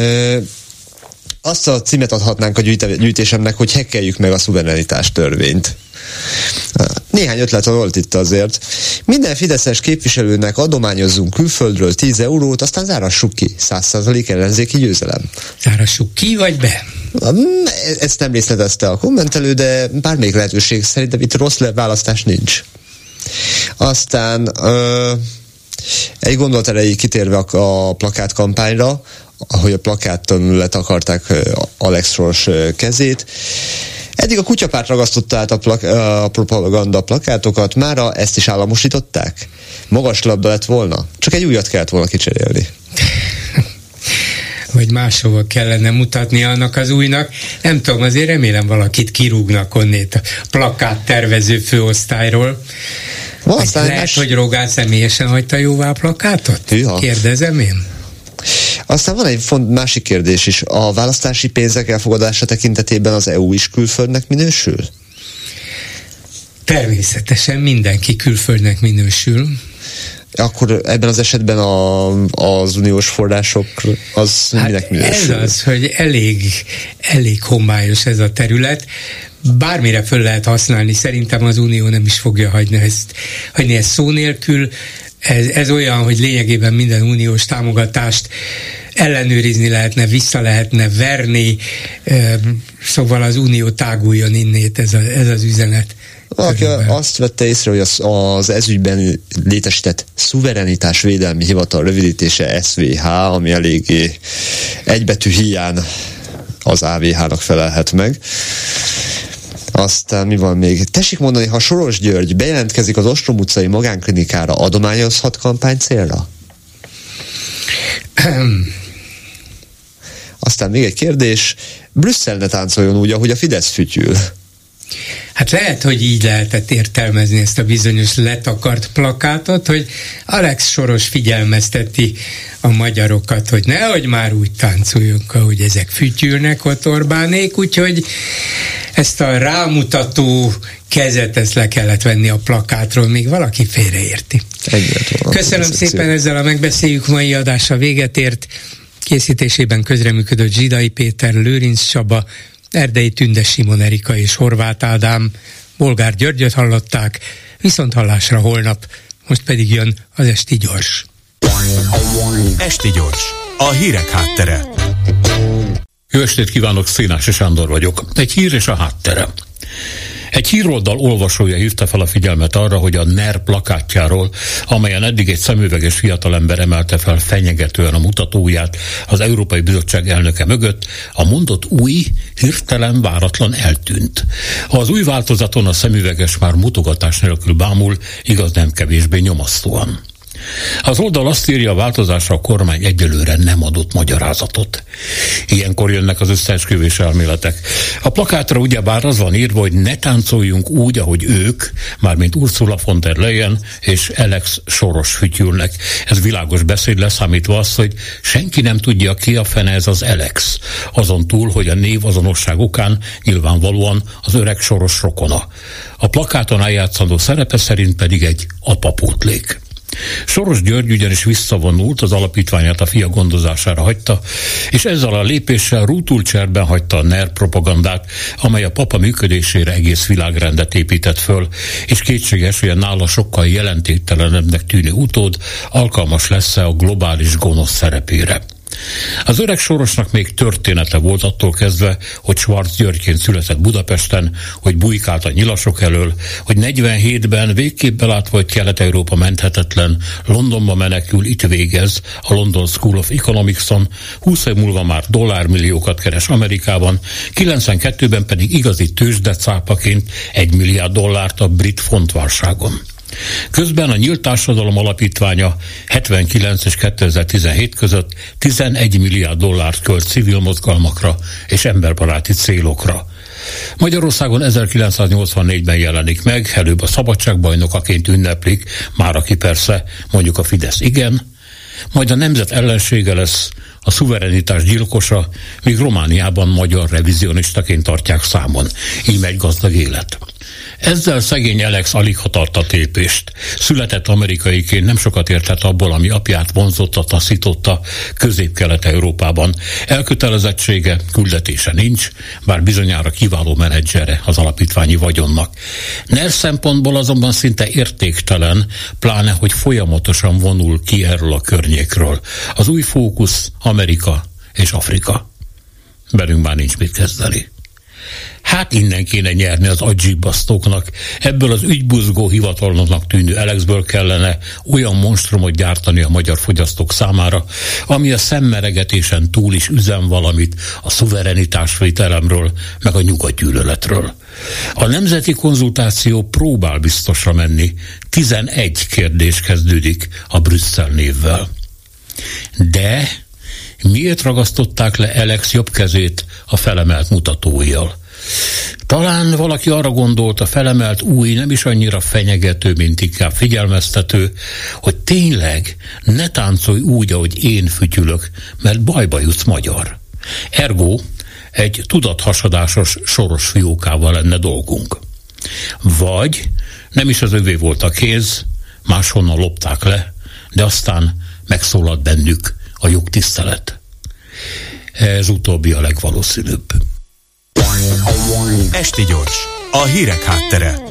Azt a címet adhatnánk a gyűjtésemnek, hogy hekkeljük meg a szuverenitás törvényt. Néhány ötlet volt itt azért. Minden fideszes képviselőnek adományozzunk külföldről 10 eurót, aztán zárassuk ki. 100% ellenzéki győzelem. Zárassuk ki, vagy be? Ezt nem részletezte a kommentelő, de bármelyik lehetőség szerintem itt rossz választás nincs. Aztán egy gondolat erejéig kitérve a plakátkampányra, ahogy a plakáton letakarták Alex Rors kezét. Eddig a kutyapárt ragasztotta át a propaganda plakátokat, mára ezt is államosították? Magas labda lett volna? Csak egy újat kellett volna kicserélni. Vagy máshova kellene mutatni annak az újnak. Nem tudom, azért remélem valakit kirúgnak onnét a plakát tervező főosztályról. Lehet, hogy Rogán személyesen hagyta jóvá a plakátot? Hűha. Kérdezem én. Aztán van egy másik kérdés is. A választási pénzek elfogadása tekintetében az EU is külföldnek minősül? Természetesen mindenki külföldnek minősül. Akkor ebben az esetben az uniós források az minek minősül? Ez az, hogy elég homályos ez a terület. Bármire föl lehet használni, szerintem az Unió nem is fogja hagyni ezt szó nélkül. Ez olyan, hogy lényegében minden uniós támogatást ellenőrizni lehetne, vissza lehetne verni, szóval az Unió táguljon innét, ez az üzenet. Valaki azt vette észre, hogy az ezügyben létesített Szuverenitásvédelmi Hivatal rövidítése SVH, ami eléggé egybetű híján az AVH-nak felelhet meg. Aztán mi van még? Tessék mondani, ha Soros György bejelentkezik az Ostrom utcai magánklinikára, adományozhat kampány célra? Aztán még egy kérdés. Brüsszel ne táncoljon úgy, ahogy a Fidesz fütyül. Hát lehet, hogy így lehetett értelmezni ezt a bizonyos letakart plakátot, hogy Alex Soros figyelmezteti a magyarokat, hogy nehogy már úgy táncoljunk, ahogy ezek fütyülnek ott Orbánék, úgyhogy ezt a rámutató kezet ezt le kellett venni a plakátról, még valaki félreérti. Köszönöm szépen, ezzel a megbeszéljük mai adása véget ért. Készítésében közreműködött Zsidai Péter, Lőrinc Csaba, Erdei Tünde, Simon Erika és Horváth Ádám. Bolgár Györgyöt hallották, viszont hallásra holnap, most pedig jön az Esti Gyors. Esti Gyors, a hírek háttere. Jó estét kívánok, Szénási Sándor vagyok. Egy hír és a háttere. Egy híroldal olvasója hívta fel a figyelmet arra, hogy a NER plakátjáról, amelyen eddig egy szemüveges fiatalember emelte fel fenyegetően a mutatóját az Európai Bizottság elnöke mögött, a mondott új, hirtelen, váratlan eltűnt. Az új változaton a szemüveges már mutogatás nélkül bámul, igaz nem kevésbé nyomasztóan. Az oldal azt írja, a változásra a kormány egyelőre nem adott magyarázatot. Ilyenkor jönnek az összeesküvés elméletek. A plakátra ugyebár az van írva, hogy ne táncoljunk úgy, ahogy ők, mármint Ursula von der Leyen és Alex Soros fütyülnek. Ez világos beszéd, leszámítva azt, hogy senki nem tudja, ki a fene ez az Alex. Azon túl, hogy a név azonosság okán nyilvánvalóan az öreg Soros rokona. A plakáton eljátszandó szerepe szerint pedig egy apapótlék. Soros György ugyanis visszavonult, az alapítványát a fia gondozására hagyta, és ezzel a lépéssel rútulcserben hagyta a NER propagandát, amely a papa működésére egész világrendet épített föl, és kétséges, hogy a nála sokkal jelentéktelenebbnek tűnő utód alkalmas lesz-e a globális gonosz szerepére. Az öreg Sorosnak még története volt attól kezdve, hogy Schwarz Györgyként született Budapesten, hogy bujkált a nyilasok elől, hogy 47-ben végképp belátva, hogy Kelet-Európa menthetetlen, Londonba menekül, itt végez a London School of Economics-on, 20 év múlva már dollármilliókat keres Amerikában, 92-ben pedig igazi tőzsdecápaként $1 milliárd a brit fontválságon. Közben a Nyílt Társadalom Alapítványa 79 és 2017 között $11 milliárd költ civil mozgalmakra és emberbaráti célokra. Magyarországon 1984-ben jelenik meg, előbb a szabadságbajnokaként ünneplik, már aki persze, mondjuk a Fidesz igen, majd a nemzet ellensége lesz, a szuverenitás gyilkosa, míg Romániában magyar revizionistaként tartják számon. Így megy gazdag élet. Ezzel szegény Alex aligha tart a tépést. Született amerikaiként, nem sokat értett abból, ami apját vonzotta, taszította Közép-Kelet-Európában. Elkötelezettsége, küldetése nincs, bár bizonyára kiváló menedzsere az alapítványi vagyonnak. NER szempontból azonban szinte értéktelen, pláne, hogy folyamatosan vonul ki erről a környékről. Az új fókusz Amerika és Afrika. Velünk már nincs mit kezdeni. Hát innen kéne nyerni az agyibbasztóknak, ebből az ügybuzgó hivatalnoknak tűnő Alexből kellene olyan monstrumot gyártani a magyar fogyasztók számára, ami a szemmeregetésen túl is üzen valamit a szuverenitásvételemről, meg a nyugatgyűlöletről. A nemzeti konzultáció próbál biztosra menni, 11 kérdés kezdődik a Brüsszel névvel. De miért ragasztották le Alex jobb kezét a felemelt mutatóijjal? Talán valaki arra gondolt, a felemelt új nem is annyira fenyegető, mint inkább figyelmeztető, hogy tényleg ne táncolj úgy, ahogy én fütyülök, mert bajba jutsz magyar. Ergo egy tudathasadásos Soros fiókával lenne dolgunk. Vagy Nem is az övé volt a kéz, máshonnan lopták le, de aztán megszólalt bennük a jogtisztelet. Ez utóbbi a legvalószínűbb. Esti Gyors, a hírek háttere.